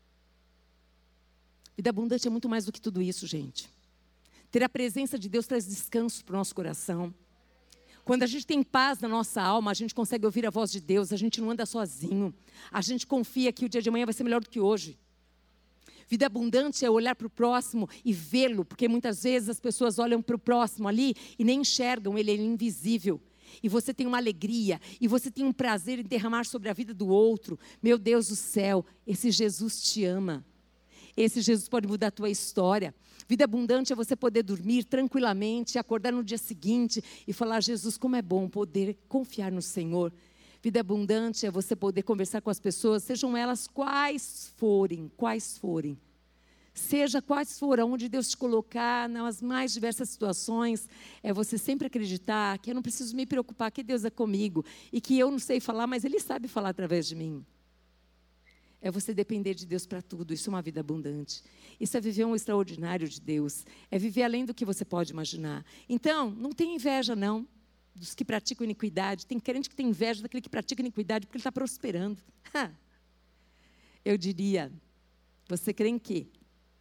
Vida abundante é muito mais do que tudo isso, gente. Ter a presença de Deus traz descanso para o nosso coração. Quando a gente tem paz na nossa alma, a gente consegue ouvir a voz de Deus, a gente não anda sozinho. A gente confia que o dia de amanhã vai ser melhor do que hoje. Vida abundante é olhar para o próximo e vê-lo, porque muitas vezes as pessoas olham para o próximo ali e nem enxergam, ele é invisível. E você tem uma alegria, e você tem um prazer em derramar sobre a vida do outro. Meu Deus do céu, esse Jesus te ama. Esse Jesus pode mudar a tua história. Vida abundante é você poder dormir tranquilamente, acordar no dia seguinte e falar, Jesus, como é bom poder confiar no Senhor. Vida abundante é você poder conversar com as pessoas, sejam elas quais forem, quais forem. Seja quais forem, onde Deus te colocar, nas mais diversas situações, é você sempre acreditar que eu não preciso me preocupar, que Deus é comigo e que eu não sei falar, mas Ele sabe falar através de mim. É você depender de Deus para tudo, isso é uma vida abundante. Isso é viver um extraordinário de Deus, é viver além do que você pode imaginar. Então, não tem inveja não, dos que praticam iniquidade. Tem crente que tem inveja daquele que pratica iniquidade porque ele está prosperando. Eu diria, você crê em quê?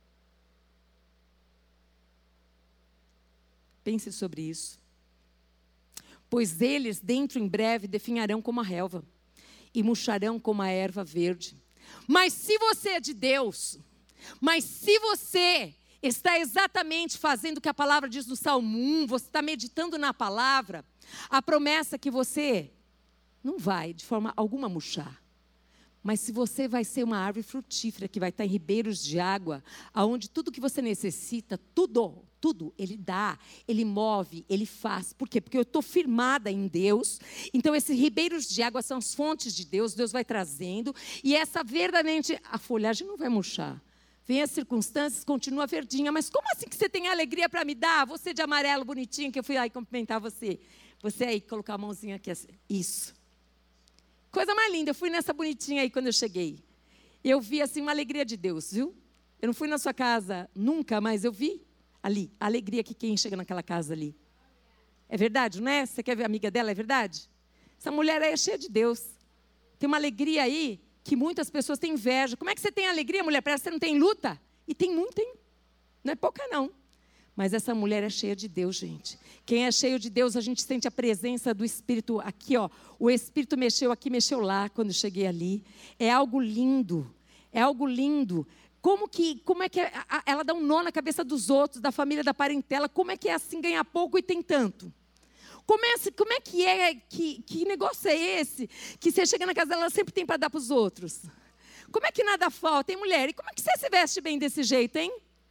Pense sobre isso. Pois eles, dentro em breve, definharão como a relva e murcharão como a erva verde. Mas se você é de Deus, mas se você está exatamente fazendo o que a palavra diz no Salmo um, você está meditando na palavra, a promessa é que você não vai de forma alguma murchar. Mas se você vai ser uma árvore frutífera que vai estar em ribeiros de água, aonde tudo que você necessita, tudo, tudo, Ele dá, Ele move, Ele faz. Por quê? Porque eu estou firmada em Deus. Então, esses ribeiros de água são as fontes de Deus, Deus vai trazendo. E essa verdadeiramente, a folhagem não vai murchar. Vem as circunstâncias, continua verdinha. Mas como assim que você tem alegria para me dar? Você de amarelo, bonitinho, que eu fui aí cumprimentar você. Você aí, colocar a mãozinha aqui assim. Isso. Coisa mais linda, eu fui nessa bonitinha aí quando eu cheguei. Eu vi assim uma alegria de Deus, viu? Eu não fui na sua casa nunca, mas eu vi ali, a alegria que quem chega naquela casa ali. É verdade, não é? Você quer ver a amiga dela, é verdade? Essa mulher aí é cheia de Deus. Tem uma alegria aí que muitas pessoas têm inveja. Como é que você tem alegria, mulher? Parece que você não tem luta. E tem muita, hein? Não é pouca, não. Mas essa mulher é cheia de Deus, gente. Quem é cheio de Deus, a gente sente a presença do Espírito aqui, ó. O Espírito mexeu aqui, mexeu lá, quando eu cheguei ali. É algo lindo, é algo lindo. Como, que, como é que é, a, ela dá um nó na cabeça dos outros, da família, da parentela. Como é que é assim, ganhar pouco e tem tanto? Como é, como é que é, que, que negócio é esse? Que você chega na casa dela, ela sempre tem para dar para os outros. Como é que nada falta, hein, mulher? E como é que você se veste bem desse jeito, hein?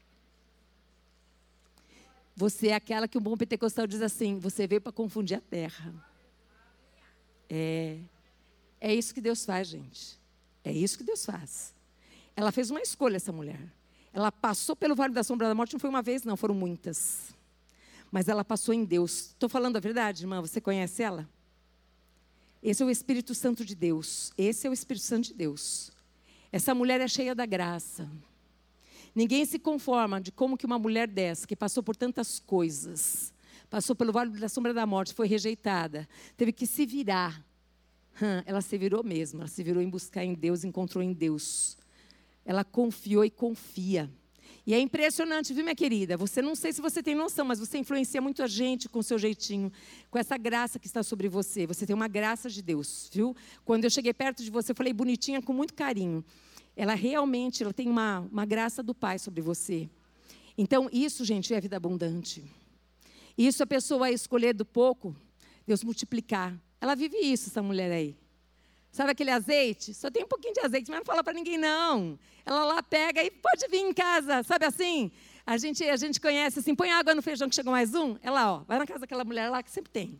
Você é aquela que um bom pentecostal diz assim, você veio para confundir a terra. É, é isso que Deus faz, gente. É isso que Deus faz. Ela fez uma escolha, essa mulher. Ela passou pelo vale da sombra da morte, não foi uma vez, não, foram muitas. Mas ela passou em Deus. Estou falando a verdade, irmã? Você conhece ela? Esse é o Espírito Santo de Deus. Esse é o Espírito Santo de Deus. Essa mulher é cheia da graça. Ninguém se conforma de como que uma mulher dessa, que passou por tantas coisas, passou pelo vale da sombra da morte, foi rejeitada, teve que se virar. Hum, ela se virou mesmo, ela se virou em buscar em Deus, encontrou em Deus. Ela confiou e confia. E é impressionante, viu, minha querida? Você não sei se você tem noção, mas você influencia muito a gente com o seu jeitinho, com essa graça que está sobre você. Você tem uma graça de Deus, viu? Quando eu cheguei perto de você, eu falei bonitinha, com muito carinho. Ela realmente ela tem uma, uma graça do Pai sobre você. Então, isso, gente, é vida abundante. Isso a pessoa vai escolher do pouco, Deus multiplicar. Ela vive isso, essa mulher aí. Sabe aquele azeite? Só tem um pouquinho de azeite, mas não fala para ninguém, não. Ela lá pega e pode vir em casa, sabe assim? A gente, a gente conhece assim, põe água no feijão que chegou mais um. É lá, ó, vai na casa daquela mulher lá que sempre tem.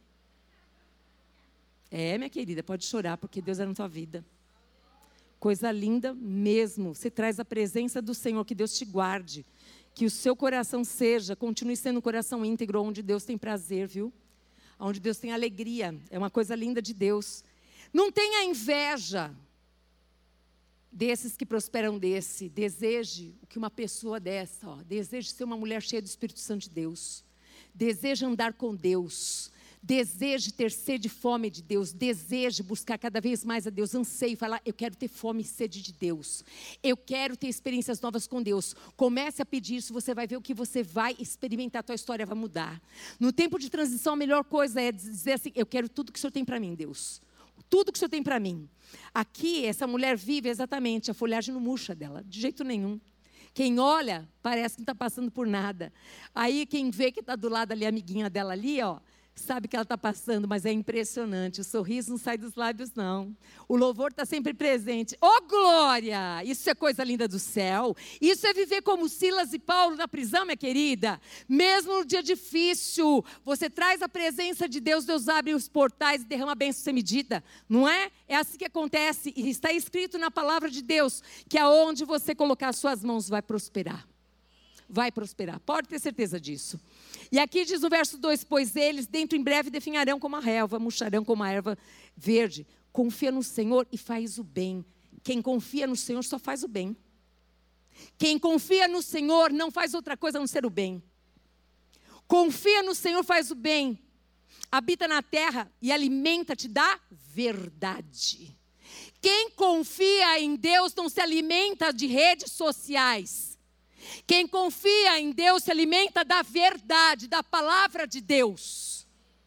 É, minha querida, pode chorar, porque Deus é na tua vida. Coisa linda mesmo. Você traz a presença do Senhor, que Deus te guarde. Que o seu coração seja, continue sendo um coração íntegro, onde Deus tem prazer, viu? Onde Deus tem alegria. É uma coisa linda de Deus. Não tenha inveja desses que prosperam desse. Deseje o que uma pessoa dessa, ó, deseje ser uma mulher cheia do Espírito Santo de Deus. Deseje andar com Deus. Deseje ter sede e fome de Deus. Deseje buscar cada vez mais a Deus. Anseie falar, eu quero ter fome e sede de Deus. Eu quero ter experiências novas com Deus. Comece a pedir isso, você vai ver o que você vai experimentar. A tua história vai mudar. No tempo de transição, a melhor coisa é dizer assim, eu quero tudo que o Senhor tem para mim, Deus. Tudo que o Senhor tem para mim. Aqui, essa mulher vive exatamente, a folhagem não murcha dela, de jeito nenhum. Quem olha, parece que não está passando por nada. Aí, quem vê que está do lado ali, a amiguinha dela ali, ó, sabe que ela está passando, mas é impressionante. O sorriso não sai dos lábios, não. O louvor está sempre presente. Ô, oh, glória! Isso é coisa linda do céu. Isso é viver como Silas e Paulo na prisão, minha querida. Mesmo no dia difícil, você traz a presença de Deus, Deus abre os portais e derrama a bênção sem medida. Não é? É assim que acontece. E está escrito na palavra de Deus que aonde você colocar as suas mãos vai prosperar. Vai prosperar. Pode ter certeza disso. E aqui diz no verso dois, pois eles dentro em breve definharão como a relva, murcharão como a erva verde. Confia no Senhor e faz o bem. Quem confia no Senhor só faz o bem. Quem confia no Senhor não faz outra coisa a não ser o bem. Confia no Senhor, faz o bem. Habita na terra e alimenta-te da verdade. Quem confia em Deus não se alimenta de redes sociais. Quem confia em Deus se alimenta da verdade, da palavra de Deus.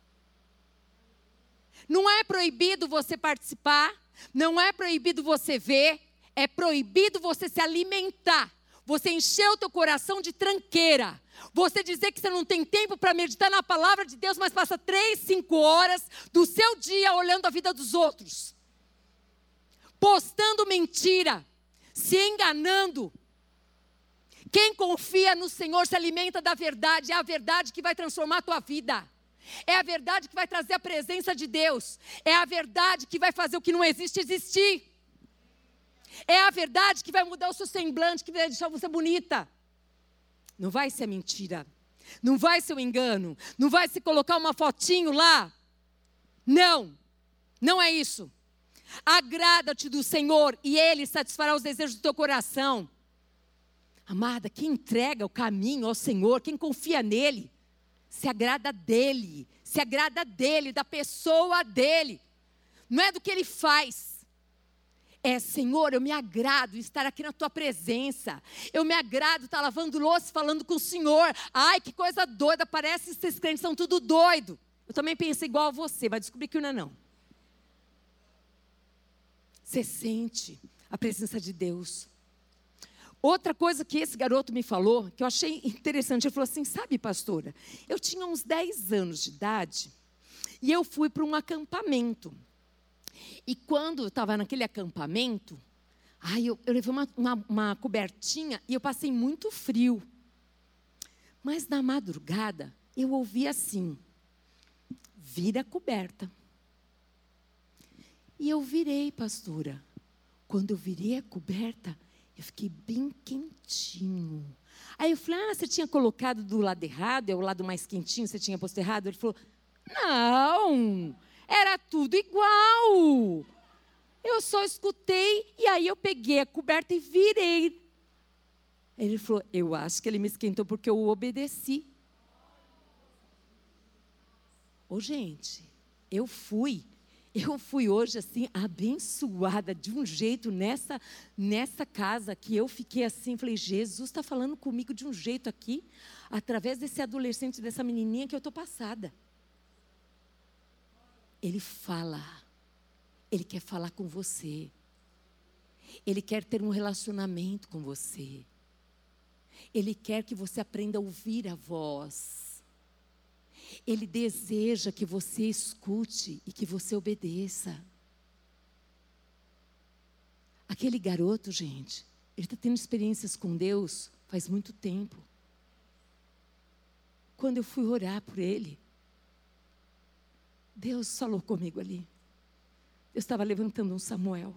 Não é proibido você participar, não é proibido você ver, é proibido você se alimentar. Você encher o teu coração de tranqueira. Você dizer que você não tem tempo para meditar na palavra de Deus, mas passa três, cinco horas do seu dia olhando a vida dos outros. Postando mentira, se enganando. Quem confia no Senhor se alimenta da verdade. É a verdade que vai transformar a tua vida. É a verdade que vai trazer a presença de Deus. É a verdade que vai fazer o que não existe existir. É a verdade que vai mudar o seu semblante, que vai deixar você bonita. Não vai ser mentira. Não vai ser um engano. Não vai se colocar uma fotinho lá. Não. Não é isso. Agrada-te do Senhor e Ele satisfará os desejos do teu coração. Amada, quem entrega o caminho ao Senhor, quem confia nele, se agrada dele, se agrada dele, da pessoa dele. Não é do que ele faz. É, Senhor, eu me agrado de estar aqui na tua presença. Eu me agrado de estar lavando louça, falando com o Senhor. Ai, que coisa doida, parece que esses crentes são tudo doido. Eu também pensei igual a você, vai descobrir que não é não. Você sente a presença de Deus. Outra coisa que esse garoto me falou, que eu achei interessante, ele falou assim, sabe, pastora, eu tinha uns dez anos de idade e eu fui para um acampamento. E quando eu estava naquele acampamento, ai, eu, eu levei uma, uma, uma cobertinha e eu passei muito frio. Mas na madrugada, eu ouvi assim, vira a coberta. E eu virei, pastora. Quando eu virei a coberta, eu fiquei bem quentinho. Aí eu falei, ah, você tinha colocado do lado errado, é o lado mais quentinho, você tinha posto errado? Ele falou, não, era tudo igual. Eu só escutei e aí eu peguei a coberta e virei. Ele falou, eu acho que ele me esquentou porque eu obedeci. Ô, gente, eu fui. Eu fui hoje assim, abençoada de um jeito nessa, nessa casa, que eu fiquei assim, falei, Jesus está falando comigo de um jeito aqui, através desse adolescente, dessa menininha que eu estou passada. Ele fala, Ele quer falar com você, Ele quer ter um relacionamento com você, Ele quer que você aprenda a ouvir a voz. Ele deseja que você escute e que você obedeça. Aquele garoto, gente, ele está tendo experiências com Deus faz muito tempo. Quando eu fui orar por ele, Deus falou comigo ali. Eu estava levantando um Samuel.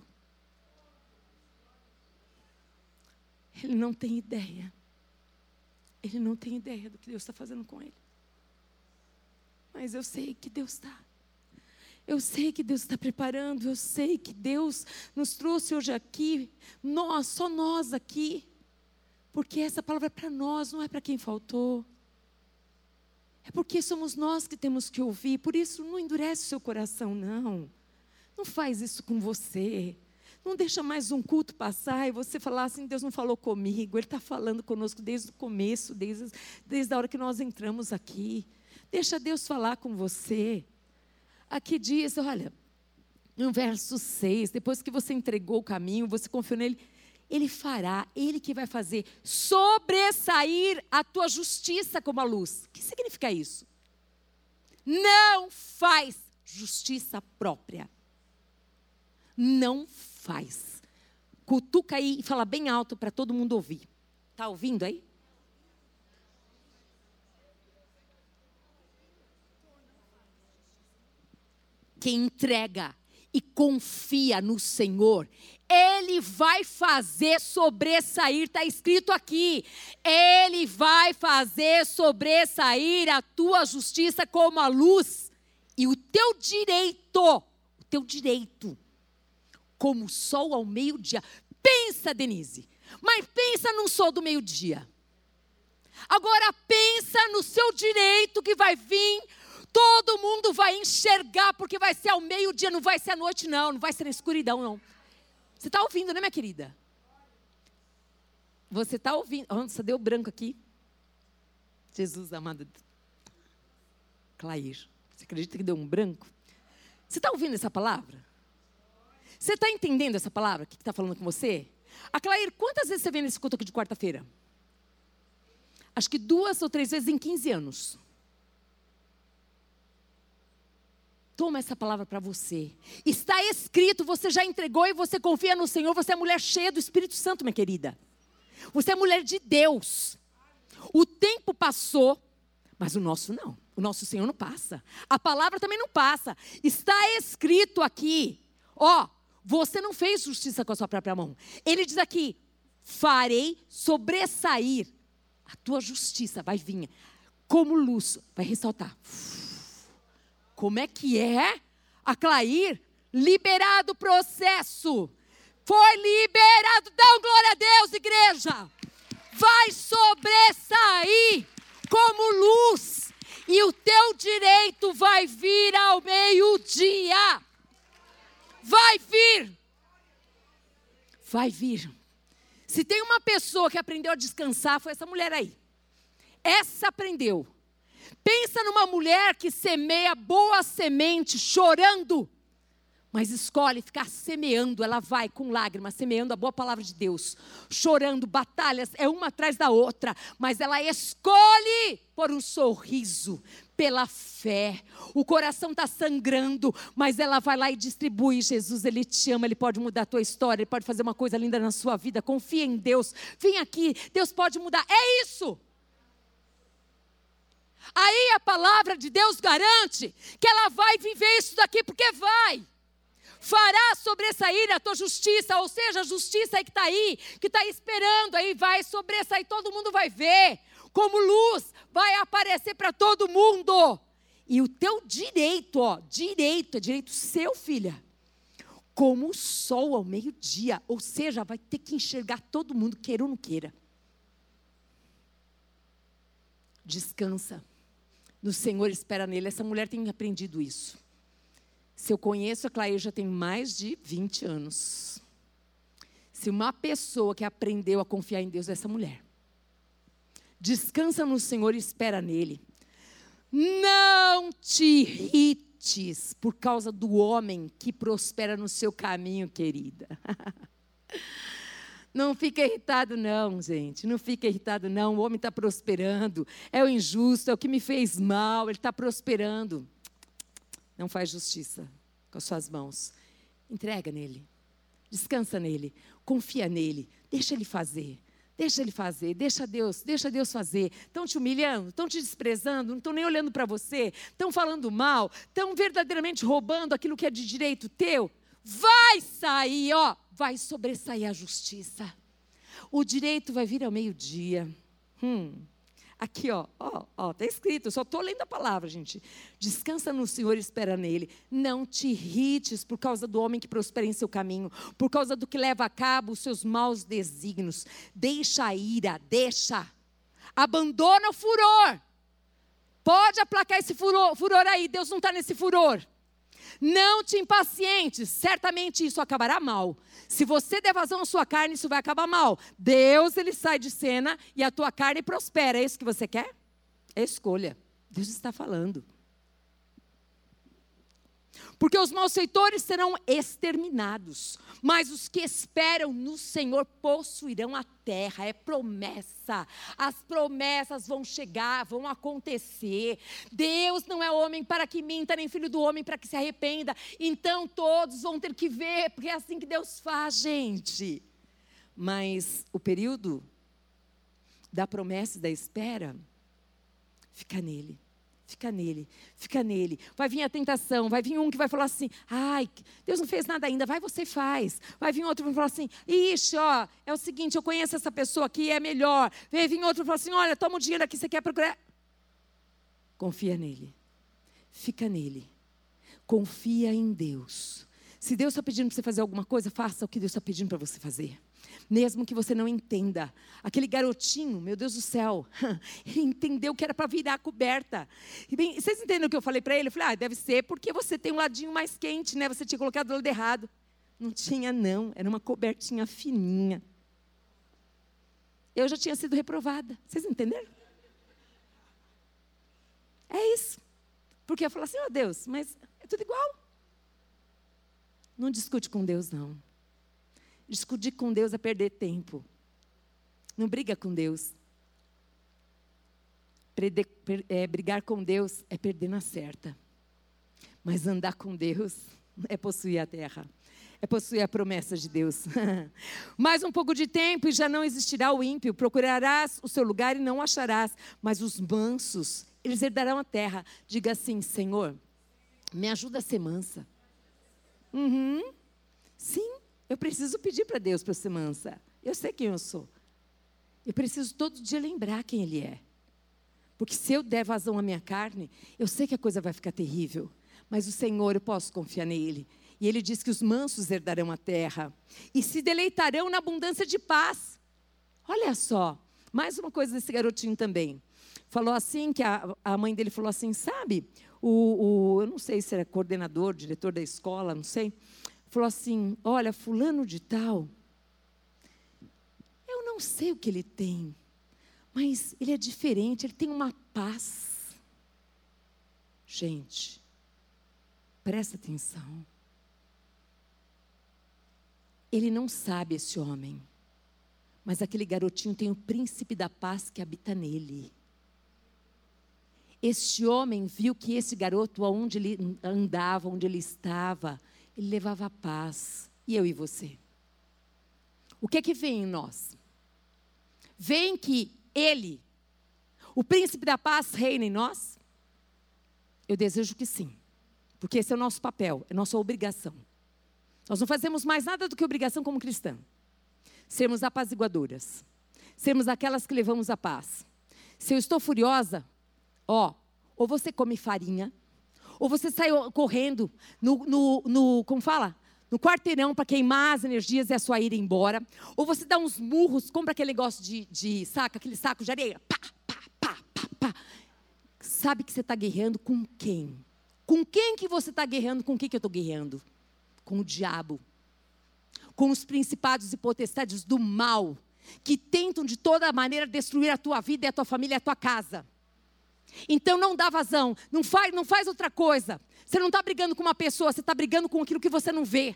Ele não tem ideia. Ele não tem ideia do que Deus está fazendo com ele. Mas eu sei que Deus está. Eu sei que Deus está preparando. Eu sei que Deus nos trouxe hoje aqui. Nós, só nós aqui. Porque essa palavra é para nós, não é para quem faltou. É porque somos nós que temos que ouvir. Por isso, não endurece o seu coração, não. Não faz isso com você. Não deixa mais um culto passar e você falar assim, Deus não falou comigo. Ele está falando conosco desde o começo, desde, desde a hora que nós entramos aqui. Deixa Deus falar com você. Aqui diz, olha, no verso seis, depois que você entregou o caminho, você confiou nele, Ele fará, Ele que vai fazer sobressair a tua justiça como a luz. O que significa isso? Não faz justiça própria. Não faz. Cutuca aí e fala bem alto para todo mundo ouvir. Está ouvindo aí? Quem entrega e confia no Senhor, Ele vai fazer sobressair, está escrito aqui, Ele vai fazer sobressair a tua justiça como a luz, e o teu direito, o teu direito, como o sol ao meio-dia. Pensa, Denise, mas pensa num sol do meio-dia. Agora pensa no seu direito que vai vir. Todo mundo vai enxergar, porque vai ser ao meio-dia, não vai ser à noite, não. Não vai ser na escuridão, não. Você está ouvindo, né, minha querida? Você está ouvindo. Nossa, deu branco aqui. Jesus amado. Clair, você acredita que deu um branco? Você está ouvindo essa palavra? Você está entendendo essa palavra? O que está falando com você? A Clair, quantas vezes você vem nesse culto aqui de quarta-feira? Acho que duas ou três vezes em quinze anos. Toma essa palavra para você. Está escrito, você já entregou e você confia no Senhor. Você é mulher cheia do Espírito Santo, minha querida. Você é mulher de Deus. O tempo passou, mas o nosso não. O nosso Senhor não passa. A palavra também não passa. Está escrito aqui, ó, você não fez justiça com a sua própria mão. Ele diz aqui, farei sobressair a tua justiça. Vai vir como luz, vai ressaltar. Como é que é? A Clair, liberado o processo. Foi liberado. Dá glória a Deus, igreja. Vai sobressair como luz. E o teu direito vai vir ao meio-dia. Vai vir. Vai vir. Se tem uma pessoa que aprendeu a descansar, foi essa mulher aí. Essa aprendeu. Pensa numa mulher que semeia boa semente, chorando, mas escolhe ficar semeando. Ela vai com lágrimas, semeando a boa palavra de Deus, chorando, batalhas, é uma atrás da outra, mas ela escolhe por um sorriso, pela fé. O coração está sangrando, mas ela vai lá e distribui. Jesus, Ele te ama, Ele pode mudar a tua história, Ele pode fazer uma coisa linda na sua vida. Confia em Deus, vem aqui, Deus pode mudar. É isso. Aí a palavra de Deus garante que ela vai viver isso daqui, porque vai. Fará sobressair a tua justiça, ou seja, a justiça aí que está aí, que está esperando, aí vai sobressair, todo mundo vai ver, como luz, vai aparecer para todo mundo. E o teu direito, ó, direito, é direito seu, filha, como o sol ao meio-dia, ou seja, vai ter que enxergar todo mundo, queira ou não queira. Descansa no Senhor, espera nele. Essa mulher tem aprendido isso. Se eu conheço a Clair já tem mais de vinte anos. Se uma pessoa que aprendeu a confiar em Deus é essa mulher. Descansa no Senhor e espera nele. Não te irrites por causa do homem que prospera no seu caminho, querida. Não fica irritado não, gente. Não fica irritado não. O homem está prosperando. É o injusto, é o que me fez mal. Ele está prosperando. Não faz justiça com as suas mãos. Entrega nele. Descansa nele. Confia nele. Deixa ele fazer. Deixa ele fazer. Deixa Deus. Deixa Deus fazer. Estão te humilhando. Estão te desprezando. Não estão nem olhando para você. Estão falando mal. Estão verdadeiramente roubando aquilo que é de direito teu. Vai sair, ó. Vai sobressair a justiça. O direito vai vir ao meio-dia. Hum. Aqui, ó, ó, ó, tá escrito, eu só estou lendo a palavra, gente. Descansa no Senhor e espera nele. Não te irrites por causa do homem que prospera em seu caminho, por causa do que leva a cabo os seus maus desígnios. Deixa a ira, deixa. Abandona o furor. Pode aplacar esse furor, furor aí, Deus não está nesse furor. Não te impacientes, certamente isso acabará mal. Se você der vazão à sua carne, isso vai acabar mal. Deus, ele sai de cena e a tua carne prospera. É isso que você quer? É escolha. Deus está falando. Porque os malfeitores serão exterminados, mas os que esperam no Senhor possuirão a terra. É promessa. As promessas vão chegar, vão acontecer. Deus não é homem para que minta, nem filho do homem para que se arrependa. Então todos vão ter que ver, porque é assim que Deus faz, gente. Mas o período da promessa e da espera, fica nele. Fica nele, fica nele. Vai vir a tentação, vai vir um que vai falar assim, ai, Deus não fez nada ainda, vai você faz. Vai vir outro que vai falar assim, ixi, ó, é o seguinte, eu conheço essa pessoa aqui, é melhor. Vai vir outro que vai falar assim, olha, toma o dinheiro aqui, você quer procurar. Confia nele, fica nele. Confia em Deus. Se Deus está pedindo para você fazer alguma coisa, faça o que Deus está pedindo para você fazer. Mesmo que você não entenda. Aquele garotinho, meu Deus do céu, ele entendeu que era para virar a coberta. E bem, vocês entendem o que eu falei para ele? Eu falei, ah, deve ser porque você tem um ladinho mais quente, né? Você tinha colocado do lado errado. Não tinha não, era uma cobertinha fininha. Eu já tinha sido reprovada. Vocês entenderam? É isso. Porque eu falo assim, ó oh, Deus, mas é tudo igual. Não discute com Deus, não. Discutir com Deus é perder tempo. Não briga com Deus. Perder, per, é, brigar com Deus é perder na certa. Mas andar com Deus é possuir a terra. É possuir a promessa de Deus. Mais um pouco de tempo e já não existirá o ímpio. Procurarás o seu lugar e não acharás. Mas os mansos, eles herdarão a terra. Diga assim, Senhor, me ajuda a ser mansa. Uhum. Sim. Eu preciso pedir para Deus para ser mansa. Eu sei quem eu sou. Eu preciso todo dia lembrar quem Ele é. Porque se eu der vazão à minha carne, eu sei que a coisa vai ficar terrível. Mas o Senhor, eu posso confiar nele. E Ele diz que os mansos herdarão a terra. E se deleitarão na abundância de paz. Olha só. Mais uma coisa desse garotinho também. Falou assim, que a, a mãe dele falou assim, sabe? O, o, eu não sei se era coordenador, diretor da escola, não sei. Falou assim, olha, fulano de tal, eu não sei o que ele tem, mas ele é diferente, ele tem uma paz. Gente, presta atenção. Ele não sabe esse homem, mas aquele garotinho tem o príncipe da paz que habita nele. Este homem viu que esse garoto, aonde ele andava, onde ele estava, ele levava a paz. E eu e você? O que é que vem em nós? Vem que ele, o príncipe da paz, reina em nós? Eu desejo que sim. Porque esse é o nosso papel, é nossa obrigação. Nós não fazemos mais nada do que obrigação como cristã. Sermos apaziguadoras. Sermos aquelas que levamos a paz. Se eu estou furiosa, ó, ou você come farinha, ou você sai correndo no, no, no como fala? No quarteirão para queimar as energias e a sua ira ir embora. Ou você dá uns murros, compra aquele negócio de, de saco, aquele saco de areia. Pá, pá, pá, pá, pá. Sabe que você está guerreando com quem? Com quem que você está guerreando? Com quem que eu estou guerreando? Com o diabo. Com os principados e potestades do mal, que tentam de toda maneira destruir a tua vida e a tua família e a tua casa. Então não dá vazão, não faz, não faz outra coisa. Você não está brigando com uma pessoa, você está brigando com aquilo que você não vê.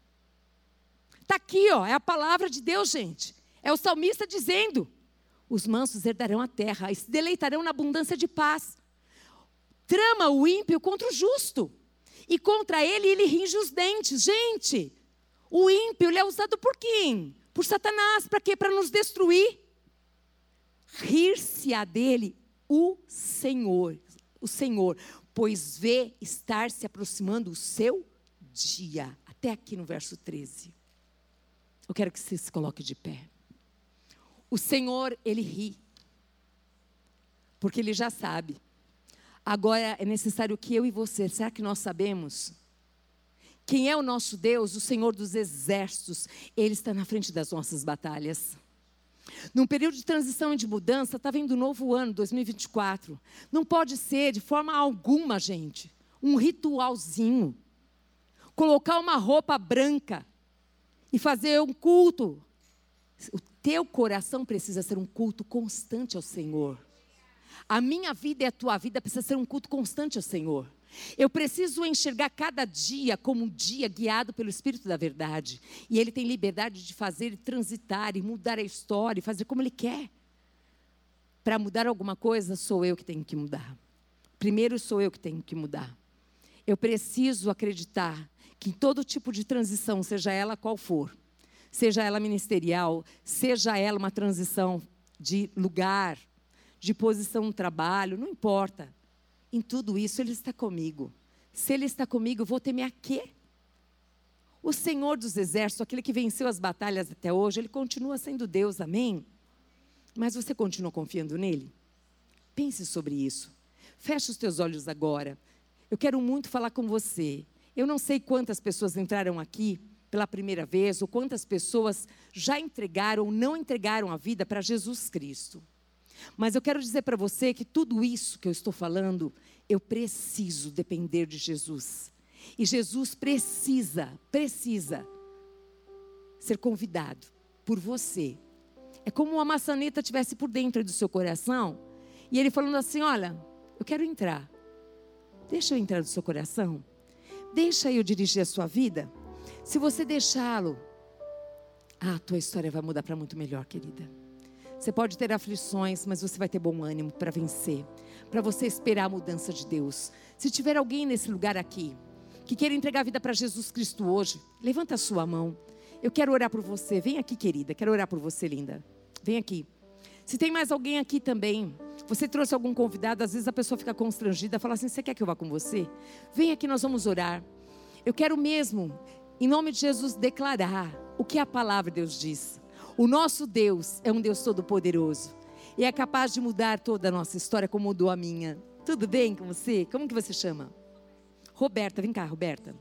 Está aqui, ó, é a palavra de Deus, gente. É o salmista dizendo: os mansos herdarão a terra e se deleitarão na abundância de paz. Trama o ímpio contra o justo, e contra ele ele ringe os dentes. Gente, o ímpio ele é usado por quem? Por Satanás. Para quê? Para nos destruir. Rir-se-á dele o Senhor, o Senhor, pois vê estar se aproximando o seu dia. Até aqui no verso treze. Eu quero que você se coloque de pé. O Senhor, Ele ri, porque Ele já sabe. Agora é necessário que eu e você, será que nós sabemos? Quem é o nosso Deus? O Senhor dos exércitos. Ele está na frente das nossas batalhas. Num período de transição e de mudança, está vindo o novo ano, dois mil e vinte e quatro. Não pode ser, de forma alguma, gente, um ritualzinho. Colocar uma roupa branca e fazer um culto. O teu coração precisa ser um culto constante ao Senhor. A minha vida e a tua vida precisa ser um culto constante ao Senhor. Eu preciso enxergar cada dia como um dia guiado pelo Espírito da verdade. E Ele tem liberdade de fazer e transitar e mudar a história e fazer como Ele quer. Para mudar alguma coisa, sou eu que tenho que mudar. Primeiro sou eu que tenho que mudar. Eu preciso acreditar que em todo tipo de transição, seja ela qual for, seja ela ministerial, seja ela uma transição de lugar, de posição no trabalho, não importa. Em tudo isso, Ele está comigo. Se Ele está comigo, eu vou temer a quê? O Senhor dos exércitos, aquele que venceu as batalhas até hoje, Ele continua sendo Deus, amém? Mas você continua confiando nele? Pense sobre isso. Feche os teus olhos agora. Eu quero muito falar com você. Eu não sei quantas pessoas entraram aqui pela primeira vez, ou quantas pessoas já entregaram ou não entregaram a vida para Jesus Cristo. Mas eu quero dizer para você que tudo isso que eu estou falando, eu preciso depender de Jesus. E Jesus precisa, precisa ser convidado por você. É como uma maçaneta estivesse por dentro do seu coração, e Ele falando assim: olha, eu quero entrar. Deixa eu entrar no seu coração. Deixa eu dirigir a sua vida. Se você deixá-lo, a tua história vai mudar para muito melhor, querida. Você pode ter aflições, mas você vai ter bom ânimo para vencer, para você esperar a mudança de Deus. Se tiver alguém nesse lugar aqui, que queira entregar a vida para Jesus Cristo hoje, levanta a sua mão. Eu quero orar por você. Vem aqui, querida. Quero orar por você, linda. Vem aqui. Se tem mais alguém aqui também, você trouxe algum convidado, às vezes a pessoa fica constrangida, fala assim: você quer que eu vá com você? Vem aqui, nós vamos orar. Eu quero mesmo, em nome de Jesus, declarar o que a palavra de Deus diz. O nosso Deus é um Deus todo-poderoso e é capaz de mudar toda a nossa história como mudou a minha. Tudo bem com você? Como que você chama? Roberta, vem cá, Roberta.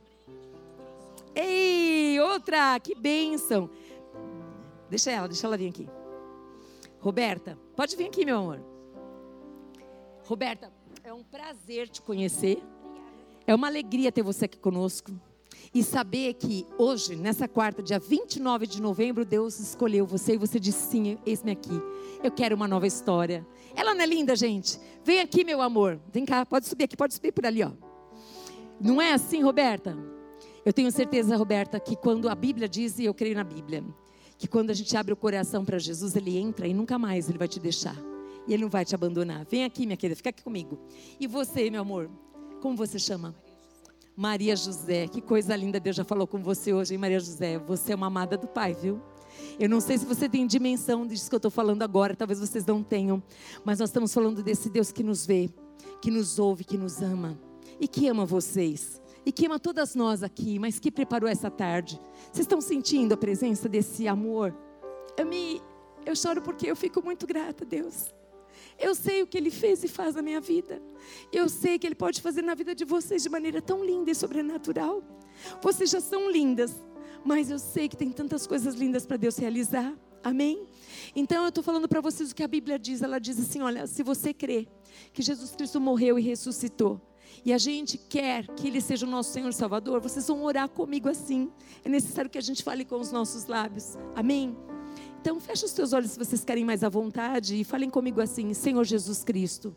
Ei, outra, que bênção. Deixa ela, deixa ela vir aqui. Roberta, pode vir aqui, meu amor. Roberta, é um prazer te conhecer. É uma alegria ter você aqui conosco. E saber que hoje, nessa quarta, dia vinte e nove de novembro, Deus escolheu você e você disse: sim, eis-me aqui. Eu quero uma nova história. Ela não é linda, gente? Vem aqui, meu amor. Vem cá, pode subir aqui, pode subir por ali, ó. Não é assim, Roberta? Eu tenho certeza, Roberta, que quando a Bíblia diz, e eu creio na Bíblia, que quando a gente abre o coração para Jesus, Ele entra e nunca mais Ele vai te deixar. E Ele não vai te abandonar. Vem aqui, minha querida, fica aqui comigo. E você, meu amor, como você chama? Maria José. Que coisa linda, Deus já falou com você hoje, hein, Maria José? Você é uma amada do Pai, viu? Eu não sei se você tem dimensão disso que eu estou falando agora, talvez vocês não tenham, mas nós estamos falando desse Deus que nos vê, que nos ouve, que nos ama e que ama vocês. E que ama todas nós aqui, mas que preparou essa tarde. Vocês estão sentindo a presença desse amor? Eu, me, eu choro porque eu fico muito grata a Deus. Eu sei o que Ele fez e faz na minha vida. Eu sei que Ele pode fazer na vida de vocês de maneira tão linda e sobrenatural. Vocês já são lindas, mas eu sei que tem tantas coisas lindas para Deus realizar. Amém? Então eu estou falando para vocês o que a Bíblia diz. Ela diz assim: olha, se você crê que Jesus Cristo morreu e ressuscitou, e a gente quer que Ele seja o nosso Senhor e Salvador, vocês vão orar comigo assim. É necessário que a gente fale com os nossos lábios. Amém? Então fecha os teus olhos se vocês querem mais à vontade e falem comigo assim: Senhor Jesus Cristo,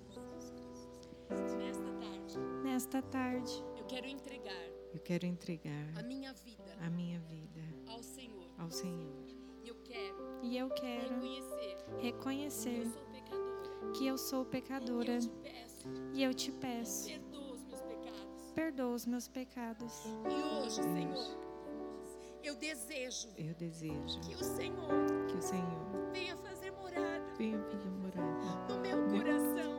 nesta tarde, nesta tarde, eu quero entregar, eu quero entregar a minha vida, a minha vida ao Senhor, ao Senhor. E eu quero, e eu quero reconhecer, reconhecer que eu sou pecadora, que eu sou pecadora, e eu te peço, e eu te peço, perdoa os meus pecados, perdoa os meus pecados. E hoje, Senhor, eu desejo, eu desejo que o Senhor, que o Senhor venha fazer morada, venha fazer morada no meu coração.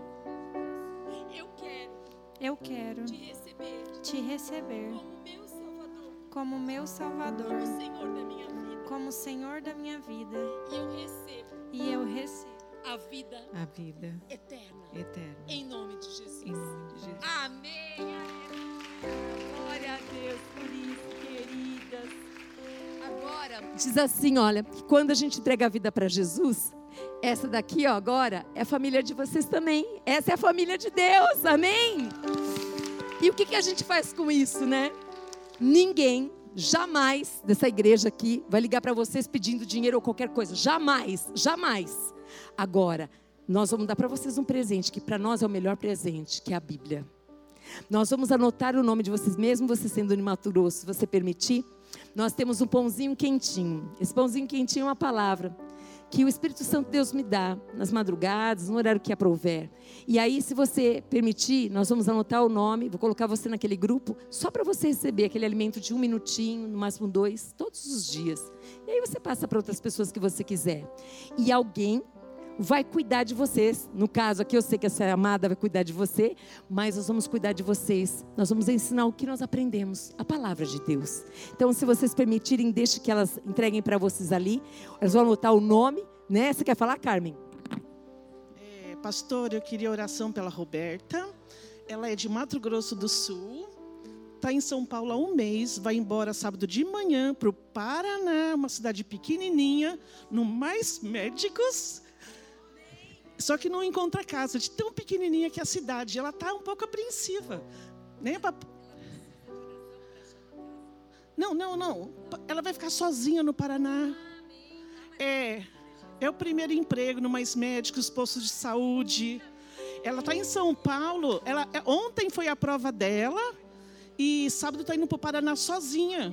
Eu quero, eu quero te receber, te receber como meu Salvador, como meu Salvador, como Senhor da minha vida, como Senhor da minha vida. E eu recebo, e eu recebo a vida, a vida eterna, eterna, em nome de Jesus. Em nome de Jesus. Amém. Glória a Deus por isso, queridas. Agora, diz assim, olha, que quando a gente entrega a vida para Jesus, essa daqui, ó, agora é a família de vocês também. Essa é a família de Deus. Amém. E o que que a gente faz com isso, né? Ninguém jamais dessa igreja aqui vai ligar para vocês pedindo dinheiro ou qualquer coisa. Jamais, jamais. Agora, nós vamos dar para vocês um presente que para nós é o melhor presente, que é a Bíblia. Nós vamos anotar o nome de vocês, mesmo você sendo de Mato Grosso, se você permitir. Nós temos um pãozinho quentinho. Esse pãozinho quentinho é uma palavra que o Espírito Santo Deus me dá nas madrugadas, no horário que aprouver. E aí, se você permitir, nós vamos anotar o nome, vou colocar você naquele grupo, só para você receber aquele alimento de um minutinho, no máximo dois, todos os dias. E aí você passa para outras pessoas que você quiser. E alguém vai cuidar de vocês. No caso aqui, eu sei que essa amada vai cuidar de você, mas nós vamos cuidar de vocês. Nós vamos ensinar o que nós aprendemos, a palavra de Deus. Então, se vocês permitirem, deixe que elas entreguem para vocês ali. Elas vão anotar o nome, né? Você quer falar, Carmen? É, pastor, eu queria oração pela Roberta. Ela é de Mato Grosso do Sul. Está em São Paulo há um mês, vai embora sábado de manhã para o Paraná, uma cidade pequenininha, no Mais Médicos. Só que não encontra casa, de tão pequenininha que é a cidade. Ela está um pouco apreensiva. Né, papai? Não, não, não. Ela vai ficar sozinha no Paraná. É, é o primeiro emprego no Mais Médicos, postos de saúde. Ela está em São Paulo. Ela, ontem foi a prova dela e sábado está indo para o Paraná sozinha.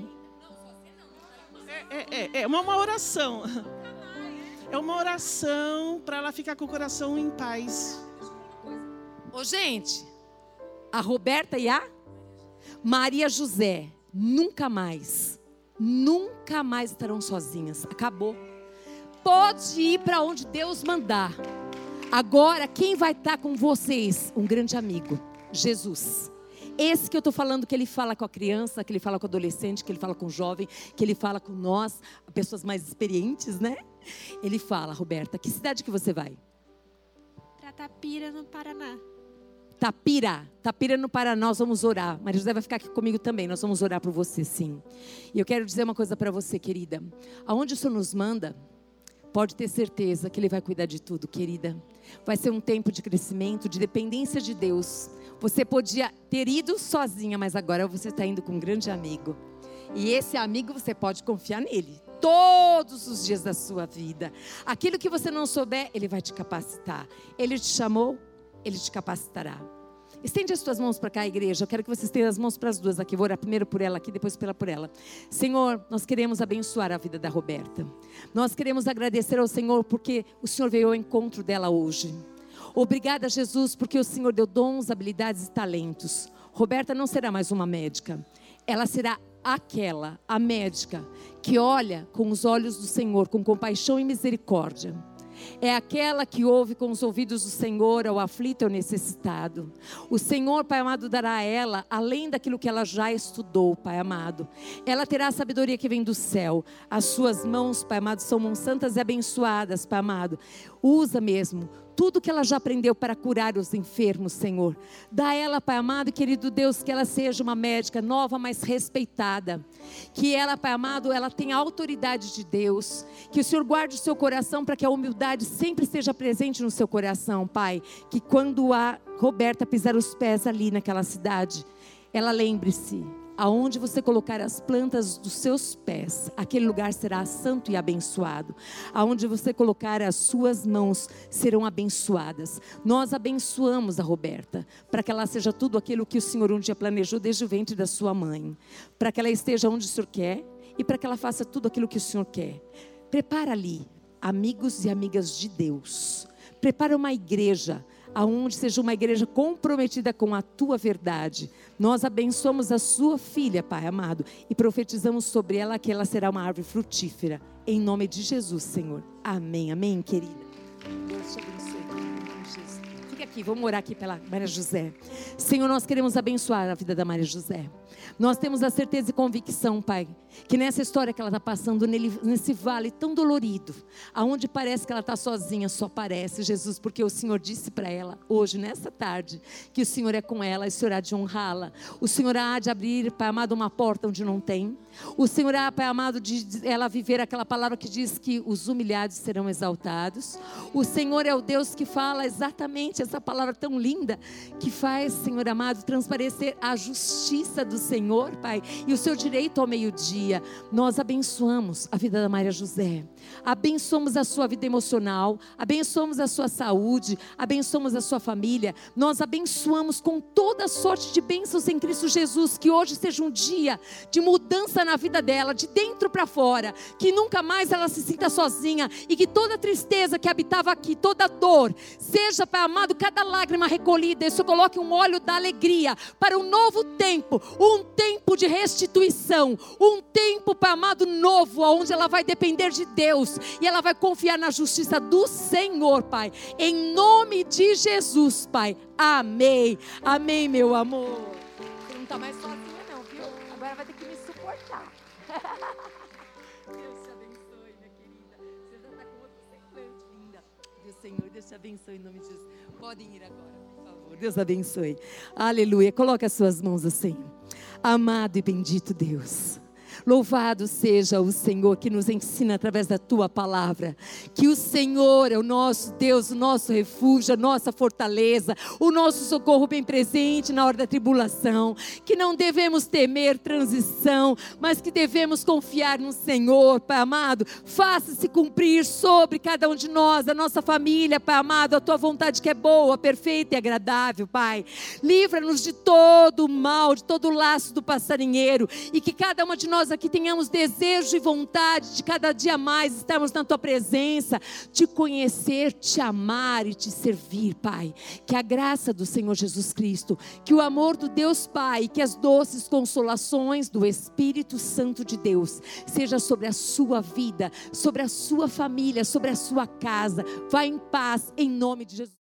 É, é, é, é uma, uma oração. É uma oração para ela ficar com o coração em paz. Ô, gente, a Roberta e a Maria José nunca mais, nunca mais estarão sozinhas. Acabou. Pode ir para onde Deus mandar. Agora, quem vai estar com vocês? Um grande amigo, Jesus. Esse que eu estou falando, que ele fala com a criança, que ele fala com o adolescente, que ele fala com o jovem, que ele fala com nós, pessoas mais experientes, né? Ele fala, Roberta, que cidade que você vai? Para Tapira, no Paraná. Tapira, Tapira no Paraná, nós vamos orar. Maria José vai ficar aqui comigo também, nós vamos orar por você, sim. E eu quero dizer uma coisa para você, querida. Aonde o Senhor nos manda, pode ter certeza que Ele vai cuidar de tudo, querida. Vai ser um tempo de crescimento, de dependência de Deus. Você podia ter ido sozinha, mas agora você está indo com um grande amigo. E esse amigo você pode confiar nele todos os dias da sua vida. Aquilo que você não souber, Ele vai te capacitar. Ele te chamou, Ele te capacitará. Estende as suas mãos para cá, igreja. Eu quero que você estenda as mãos para as duas aqui. Vou orar primeiro por ela aqui, depois pela por ela. Senhor, nós queremos abençoar a vida da Roberta. Nós queremos agradecer ao Senhor porque o Senhor veio ao encontro dela hoje. Obrigada, Jesus, porque o Senhor deu dons, habilidades e talentos. Roberta não será mais uma médica. Ela será aquela, a médica, que olha com os olhos do Senhor, com compaixão e misericórdia. É aquela que ouve com os ouvidos do Senhor ao aflito e ao necessitado. O Senhor, Pai amado, dará a ela, além daquilo que ela já estudou, Pai amado. Ela terá a sabedoria que vem do céu. As suas mãos, Pai amado, são mãos santas e abençoadas, Pai amado. Usa mesmo tudo que ela já aprendeu para curar os enfermos, Senhor. Dá a ela, Pai amado e querido Deus, que ela seja uma médica nova, mas respeitada. Que ela, Pai amado, ela tenha a autoridade de Deus. Que o Senhor guarde o seu coração para que a humildade sempre esteja presente no seu coração, Pai. Que quando a Roberta pisar os pés ali naquela cidade, ela lembre-se, aonde você colocar as plantas dos seus pés, aquele lugar será santo e abençoado. Aonde você colocar as suas mãos, serão abençoadas. Nós abençoamos a Roberta, para que ela seja tudo aquilo que o Senhor um dia planejou desde o ventre da sua mãe. Para que ela esteja onde o Senhor quer e para que ela faça tudo aquilo que o Senhor quer. Prepara ali, amigos e amigas de Deus. Prepara uma igreja, aonde seja uma igreja comprometida com a tua verdade. Nós abençoamos a sua filha, Pai amado, e profetizamos sobre ela que ela será uma árvore frutífera, em nome de Jesus, Senhor. Amém, amém, querida. Deus te abençoe, em nome de Jesus. Fica aqui, vamos orar aqui pela Maria José. Senhor, nós queremos abençoar a vida da Maria José. Nós temos a certeza e convicção, Pai, que nessa história que ela está passando, nele, nesse vale tão dolorido, aonde parece que ela está sozinha, só parece, Jesus, porque o Senhor disse para ela, hoje, nessa tarde, que o Senhor é com ela, e o Senhor há de honrá-la. O Senhor há de abrir, Pai amado, uma porta onde não tem. O Senhor há, Pai amado, de ela viver aquela palavra que diz que os humilhados serão exaltados. O Senhor é o Deus que fala exatamente essa palavra tão linda, que faz, Senhor amado, transparecer a justiça do Senhor, Pai, e o seu direito ao meio-dia. Nós abençoamos a vida da Maria José, abençoamos a sua vida emocional, abençoamos a sua saúde, abençoamos a sua família. Nós abençoamos com toda sorte de bênçãos em Cristo Jesus, que hoje seja um dia de mudança na vida dela, de dentro para fora, que nunca mais ela se sinta sozinha, e que toda tristeza que habitava aqui, toda dor, seja, Pai amado, cada lágrima recolhida, isso coloque um óleo da alegria para um novo tempo, um tempo de restituição, um tempo, Pai amado, novo, onde ela vai depender de Deus, e ela vai confiar na justiça do Senhor, Pai, em nome de Jesus, Pai, amém, amém, meu amor. Você não está mais sozinha não, viu? Agora vai ter que me suportar. Deus te abençoe, minha querida. Você já está com outro semblante, linda. Deus, Senhor, Deus te abençoe em nome de Jesus. Podem ir agora, por favor. Deus abençoe. Aleluia. Coloque as suas mãos assim. Amado e bendito Deus, louvado seja o Senhor que nos ensina através da tua palavra, que o Senhor é o nosso Deus, o nosso refúgio, a nossa fortaleza, o nosso socorro bem presente na hora da tribulação, que não devemos temer transição, mas que devemos confiar no Senhor, Pai amado. Faça-se cumprir sobre cada um de nós, a nossa família, Pai amado, a tua vontade que é boa, perfeita e agradável, Pai. Livra-nos de todo o mal, de todo o laço do passarinheiro, e que cada uma de nós aqui tenhamos desejo e vontade de cada dia mais estarmos na tua presença, te conhecer, te amar e te servir, Pai. Que a graça do Senhor Jesus Cristo, que o amor do Deus Pai, que as doces consolações do Espírito Santo de Deus seja sobre a sua vida, sobre a sua família, sobre a sua casa. Vá em paz, em nome de Jesus.